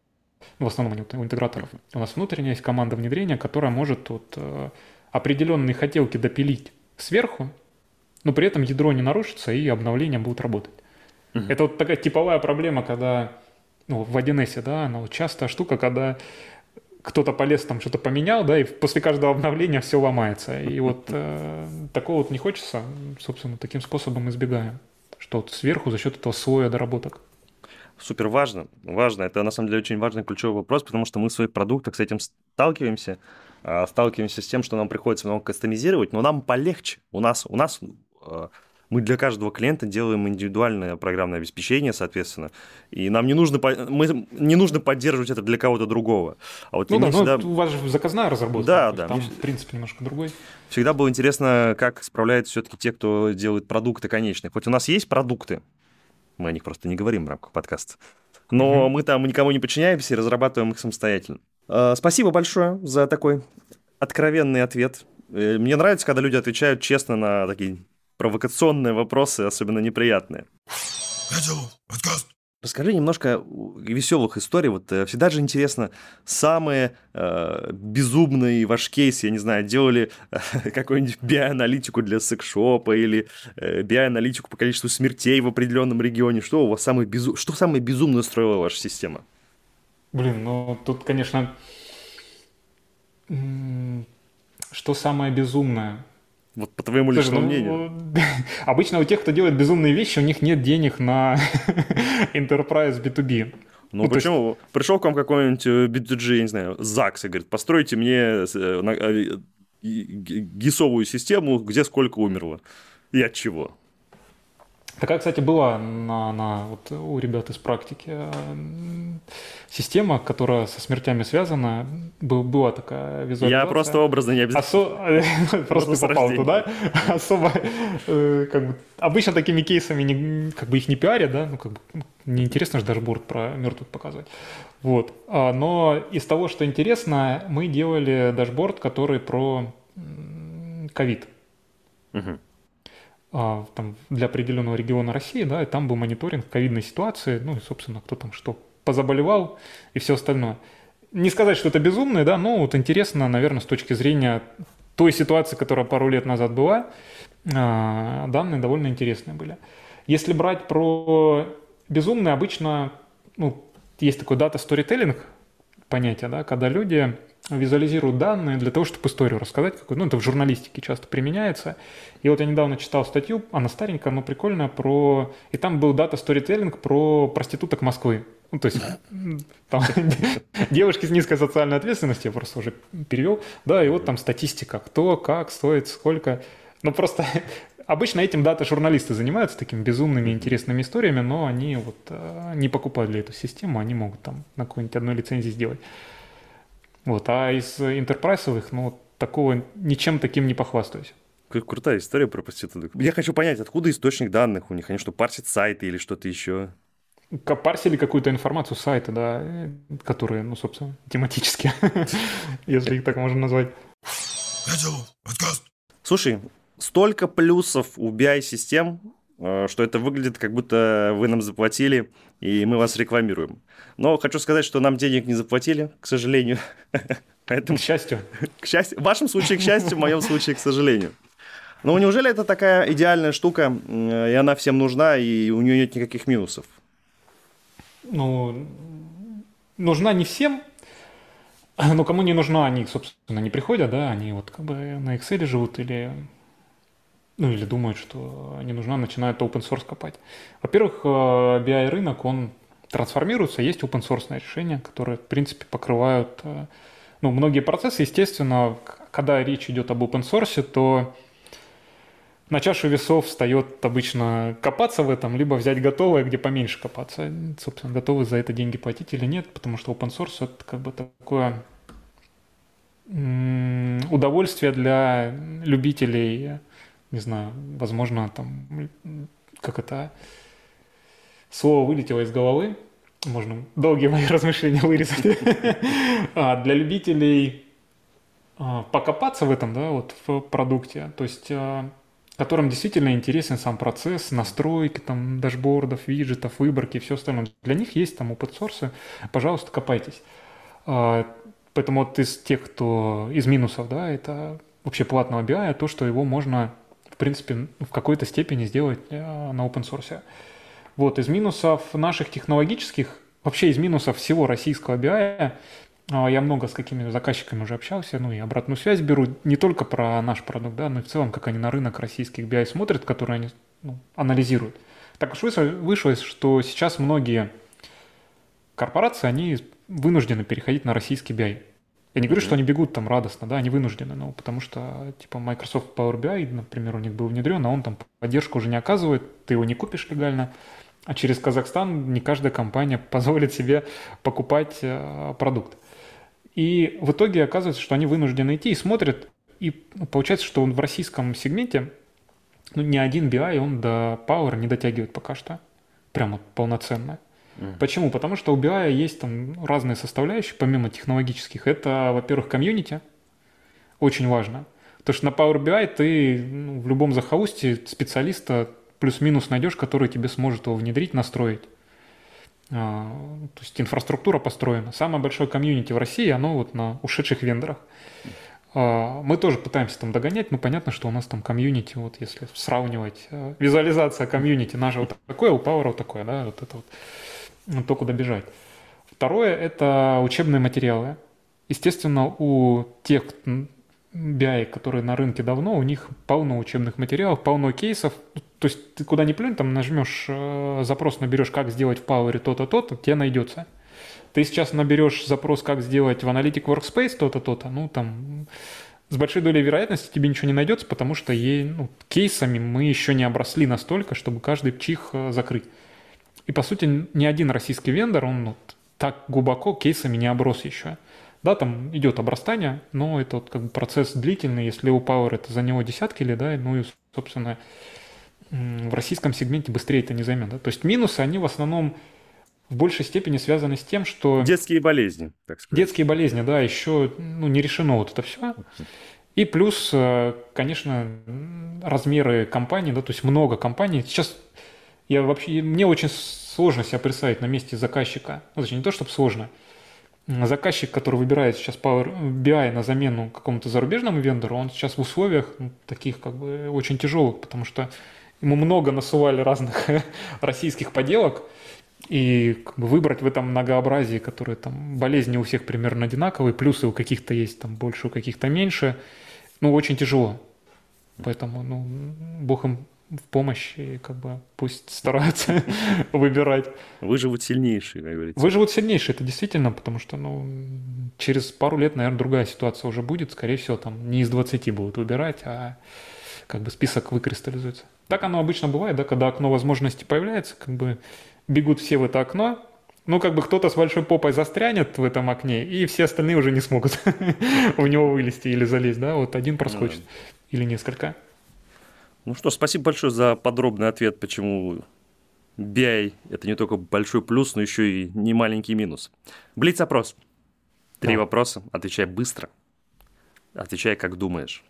в основном они у интеграторов. У нас внутренняя есть команда внедрения, которая может вот, э, определенные хотелки допилить сверху, но при этом ядро не нарушится и обновления будут работать. Uh-huh. Это вот такая типовая проблема, когда ну, в один эс, да, она вот частая штука, когда кто-то полез там что-то поменял, да, и после каждого обновления все ломается. И вот э, такого вот не хочется, собственно, таким способом избегаем, что вот сверху за счет этого слоя доработок. Супер важно, важно. Это на самом деле очень важный ключевой вопрос, потому что мы в своих продуктах с этим сталкиваемся, сталкиваемся с тем, что нам приходится много кастомизировать, но нам полегче. У нас, у нас мы для каждого клиента делаем индивидуальное программное обеспечение, соответственно, и нам не нужно, мы, не нужно поддерживать это для кого-то другого. А вот ну да, всегда... у вас же заказная разработка, да, да. Там, мне... в принципе, немножко другой. Всегда было интересно, как справляются все-таки те, кто делает продукты конечные. Хоть у нас есть продукты, мы о них просто не говорим в рамках подкаста. Но mm-hmm. мы там никому не подчиняемся и разрабатываем их самостоятельно. Спасибо большое за такой откровенный ответ. Мне нравится, когда люди отвечают честно на такие провокационные вопросы, особенно неприятные. Расскажи немножко веселых историй. Вот всегда же интересно, самые э, безумные ваш кейс, я не знаю, делали э, какую-нибудь би-аналитику для секшопа или э, би-аналитику по количеству смертей в определенном регионе. Что у вас самое безу... что самое безумное строила ваша система? Блин, ну тут, конечно, что самое безумное? Вот по твоему Слушай, личному ну, мнению. Обычно у тех, кто делает безумные вещи, у них нет денег на Enterprise би ту би. Ну, ну почему? Есть... Пришел к вам какой-нибудь би ту джи, я не знаю, ЗАГС и говорит, постройте мне гисовую систему, где сколько умерло и от чего. Такая, кстати, была на, на, вот у ребят из практики система, которая со смертями связана. Был, была такая визуализация. Я просто образно не обязательно. Осо... Просто ты попал туда. Особо, как бы, обычно такими кейсами не, как бы их не пиарят, да, ну как бы неинтересно же дашборд про мертвых показывать. Вот. Но из того, что интересно, мы делали дашборд, который про ковид. Угу. Там, для определенного региона России, да, и там был мониторинг ковидной ситуации, ну и, собственно, кто там что позаболевал и все остальное. Не сказать, что это безумно, да, но вот интересно, наверное, с точки зрения той ситуации, которая пару лет назад была, данные довольно интересные были. Если брать про безумное, обычно ну, есть такой дата-сторителлинг, понятие, да, когда люди визуализируют данные для того, чтобы историю рассказать. Какую, ну, это в журналистике часто применяется. И вот я недавно читал статью, она старенькая, но прикольная, про... И там был дата-сторителлинг про проституток Москвы. Ну, то есть там, девушки с низкой социальной ответственностью, я просто уже перевел. Да, и вот там статистика, кто, как, стоит, сколько. Ну, просто обычно этим дата-журналисты занимаются такими безумными интересными историями, но они вот не покупают для этого систему, они могут там на какой-нибудь одной лицензии сделать. Вот, а из интерпрайсовых, ну, такого ничем таким не похвастаюсь. Кру- Крутая история про проституток. Я хочу понять, откуда источник данных у них? Они что, парсят сайты или что-то еще? Ка- Парсили какую-то информацию с сайта, да, э, которые, ну, собственно, тематические, если их так можно назвать. Слушай, столько плюсов у би ай-систем, э, что это выглядит, как будто вы нам заплатили, и мы вас рекламируем. Но хочу сказать, что нам денег не заплатили, к сожалению. К Поэтому, счастью. к счастью, в вашем случае, к счастью, в моем случае, к сожалению. Но неужели это такая идеальная штука, э, и она всем нужна, и у нее нет никаких минусов? Ну, нужна не всем, но кому не нужна, они, собственно, не приходят, да, они вот как бы на Excel живут или, ну, или думают, что не нужна, начинают open source копать. Во-первых, э, би ай-рынок, он трансформируется, есть open source решения, которые, в принципе, покрывают, э, ну, многие процессы. Естественно, к- когда речь идет об open source, то на чашу весов встает обычно копаться в этом, либо взять готовое, где поменьше копаться. Собственно, готовы за это деньги платить или нет, потому что open source это как бы такое м, удовольствие для любителей, не знаю, возможно, там, м, как это, слово вылетело из головы, можно долгие мои размышления вырезать. А, Для любителей а, покопаться в этом, да, вот в продукте, то есть а, которым действительно интересен сам процесс настройки, там, дашбордов, виджетов, выборки и все остальное. Для них есть там open source, пожалуйста, копайтесь. А, Поэтому вот из тех, кто из минусов, да, это вообще платного би ай, то, что его можно, в принципе, в какой-то степени сделать э, на open source. Вот, из минусов наших технологических, вообще из минусов всего российского би ай, а, я много с какими заказчиками уже общался, ну и обратную связь беру, не только про наш продукт, да, но и в целом, как они на рынок российских би ай смотрят, которые они, ну, анализируют. Так уж вышло, вышло, что сейчас многие корпорации, они вынуждены переходить на российский би ай. Я не говорю, что Мгм. они бегут там радостно, да, они вынуждены, ну, потому что, типа, Microsoft Power би ай, например, у них был внедрен, а он там поддержку уже не оказывает, ты его не купишь легально, а через Казахстан не каждая компания позволит себе покупать э, продукт. И в итоге оказывается, что они вынуждены идти и смотрят, и ну, получается, что он в российском сегменте, ну, ни один би ай, он до Power не дотягивает пока что, прямо полноценно. Мгм. Почему? Потому что у би ай есть там разные составляющие, помимо технологических. Это, во-первых, комьюнити, очень важно. Потому что на Power би ай ты ну, в любом захолустье специалиста плюс-минус найдешь, который тебе сможет его внедрить, настроить. А, то есть инфраструктура построена. Самое большое комьюнити в России, оно вот на ушедших вендорах. А, Мы тоже пытаемся там догонять, но понятно, что у нас там комьюнити, вот если сравнивать, э, визуализация комьюнити наша вот такое, у Power вот такое, да, вот это вот, ну, то, куда бежать. Второе– это учебные материалы. Естественно, у тех би ай, которые на рынке давно, у них полно учебных материалов, полно кейсов. То есть ты куда ни плюнь, там нажмешь э, запрос, наберешь, как сделать в Power то-то, то-то, тебе найдется. Ты сейчас наберешь запрос, как сделать в Analytic Workspace то-то, то-то, ну там с большой долей вероятности тебе ничего не найдется, потому что ей, ну, кейсами мы еще не обросли настолько, чтобы каждый чих э, закрыть. И, по сути, ни один российский вендор, он ну, так глубоко кейсами не оброс еще. Да, там идет обрастание, но это вот как бы процесс длительный. Если у Power это за него десятки лет, да, ну и, собственно, м, в российском сегменте быстрее это не займет. Да. То есть минусы, они в основном в большей степени связаны с тем, что Детские болезни, так сказать. детские болезни, да, еще ну, не решено вот это все. И плюс, э, конечно, м, размеры компаний, да, то есть много компаний. Сейчас я вообще, мне очень сложно себя представить на месте заказчика. Ну, точнее, не то, чтобы сложно. М, Заказчик, который выбирает сейчас Power би ай на замену какому-то зарубежному вендору, он сейчас в условиях ну, таких как бы очень тяжелых, потому что ему много насували разных российских поделок, и как бы выбрать в этом многообразии, которое там болезни у всех примерно одинаковые, плюсы у каких-то есть там больше, у каких-то меньше, ну, очень тяжело. Поэтому, ну, Бог им в помощь, и как бы пусть стараются выбирать. Выживут сильнейшие, как говорится. Выживут сильнейшие, это действительно, потому что, ну, через пару лет, наверное, другая ситуация уже будет. Скорее всего, там не из двадцати будут выбирать, а как бы список выкристаллизуется. Так оно обычно бывает, да, когда окно возможностей появляется, как бы бегут все в это окно, ну, как бы кто-то с большой попой застрянет в этом окне, и все остальные уже не смогут в него вылезти или залезть, да, вот один проскочит или несколько. Ну что, спасибо большое за подробный ответ, почему би ай — это не только большой плюс, но еще и не маленький минус. Блиц-опрос. Три Да. вопроса, отвечай быстро. Отвечай, как думаешь.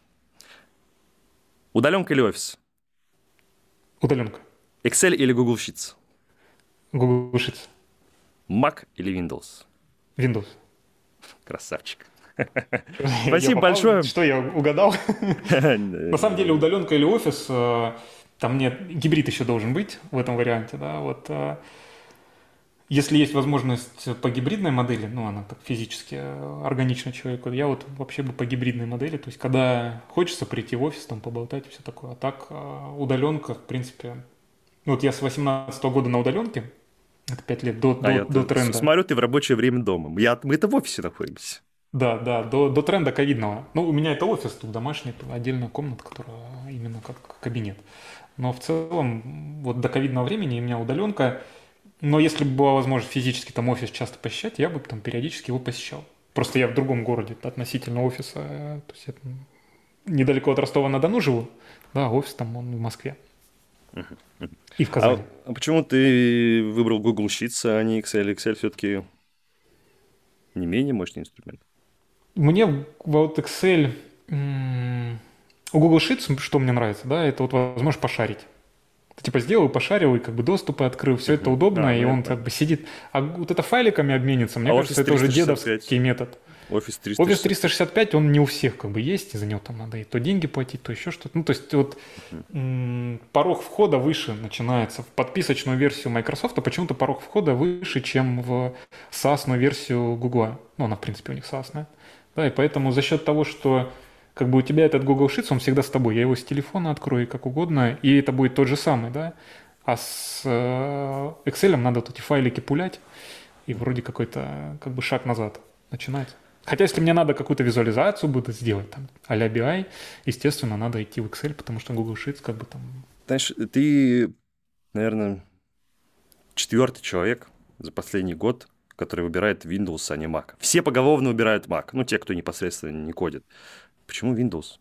Удаленка или офис? Удаленка. Excel или Google Sheets? Google Sheets. Mac или Windows? Windows. Красавчик. Я Спасибо попал? большое. Что, я угадал? На самом деле удаленка или офис, э, там нет, гибрид еще должен быть в этом варианте, да, вот. э, Если есть возможность по гибридной модели, ну, она так физически э, органична человеку, я вот вообще бы по гибридной модели, то есть когда хочется прийти в офис, там, поболтать и все такое, а так э, удаленка, в принципе, ну, вот я с восемнадцатого года на удаленке, это пять лет до, А до, я до тренда. смотрю, ты в рабочее время дома. Я, мы-то в офисе находимся. Да, да, до, до тренда ковидного. Ну, у меня это офис, тут домашний, тут отдельная комната, которая именно как кабинет. Но в целом, вот до ковидного времени у меня удаленка. Но если бы была возможность физически там офис часто посещать, я бы там периодически его посещал. Просто я в другом городе относительно офиса. То есть я там недалеко от Ростова-на-Дону живу. Да, офис там он в Москве. И в Казани. А почему ты выбрал Google Sheets, а не Excel? Excel все-таки не менее мощный инструмент. Мне вот Excel, м, у Google Sheets, что мне нравится, да, это вот возможность пошарить. Ты типа сделал, пошарил, и как бы доступы открыл, все это удобно, Да, и ну, он это как бы сидит. А вот это файликами обменится, мне А кажется, Office это уже триста шестьдесят пять? дедовский метод. Office триста Office шестьдесят триста шестьдесят пять, он не у всех как бы есть, и за него там надо и то деньги платить, то еще что-то. Ну, то есть вот м, порог входа выше начинается. В подписочную версию Microsoft, а почему-то порог входа выше, чем в SaaS-ную версию Google. Ну, она, в принципе, у них SaaS-ная. Да, и поэтому за счет того, что как бы у тебя этот Google Sheets, он всегда с тобой. Я его с телефона открою, как угодно, и это будет тот же самый, да. А с э, Excel надо вот эти файлики пулять, и вроде какой-то как бы шаг назад начинается. Хотя если мне надо какую-то визуализацию будет сделать, там, а-ля би ай, естественно, надо идти в Excel, потому что Google Sheets как бы там... Знаешь, ты, наверное, четвертый человек за последний год, который выбирает Windows, а не Mac. Все поголовно выбирают Mac, ну, те, кто непосредственно не кодит. Почему Windows?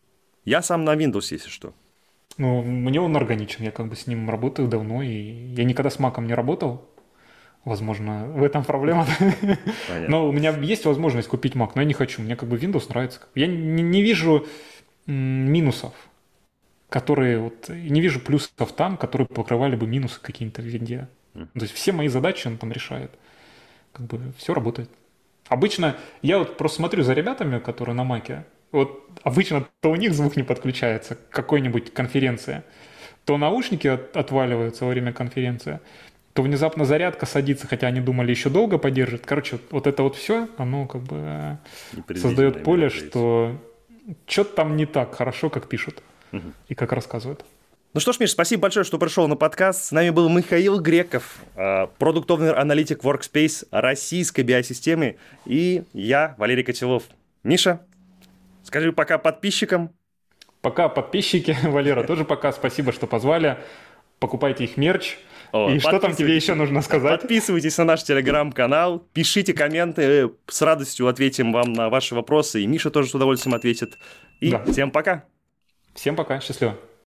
Я сам на Windows, если что. Ну, мне он органичен, я как бы с ним работаю давно, и я никогда с Mac не работал. Возможно, в этом проблема. Понятно. Но у меня есть возможность купить Mac, но я не хочу. Мне как бы Windows нравится. Я не, не вижу м, минусов, которые вот... Не вижу плюсов там, которые покрывали бы минусы какие-то в винде. Мгм. То есть все мои задачи он там решает. Как бы все работает. Обычно я вот просто смотрю за ребятами, которые на Маке. Вот обычно то у них звук не подключается к какой-нибудь конференции, то наушники от- отваливаются во время конференции, то внезапно зарядка садится, хотя они думали еще долго поддержит. Короче, вот, вот это вот все, оно как бы э, Непредвиденное создает поле, мероприятие. что что-то там не так хорошо, как пишут Мгм. и как рассказывают. Ну что ж, Миш, спасибо большое, что пришел на подкаст. С нами был Михаил Греков, э, продукт-овнер аналитик Workspace российской би ай-системы, и я, Валерий Котелов. Миша, скажи пока подписчикам. Пока, подписчики, Валера, тоже пока. Спасибо, что позвали. Покупайте их мерч. О, И что там тебе подписывайтесь. еще нужно сказать? Подписывайтесь на наш телеграм-канал, пишите комменты, с радостью ответим вам на ваши вопросы, и Миша тоже с удовольствием ответит. И Да. всем пока! Всем пока, счастливо.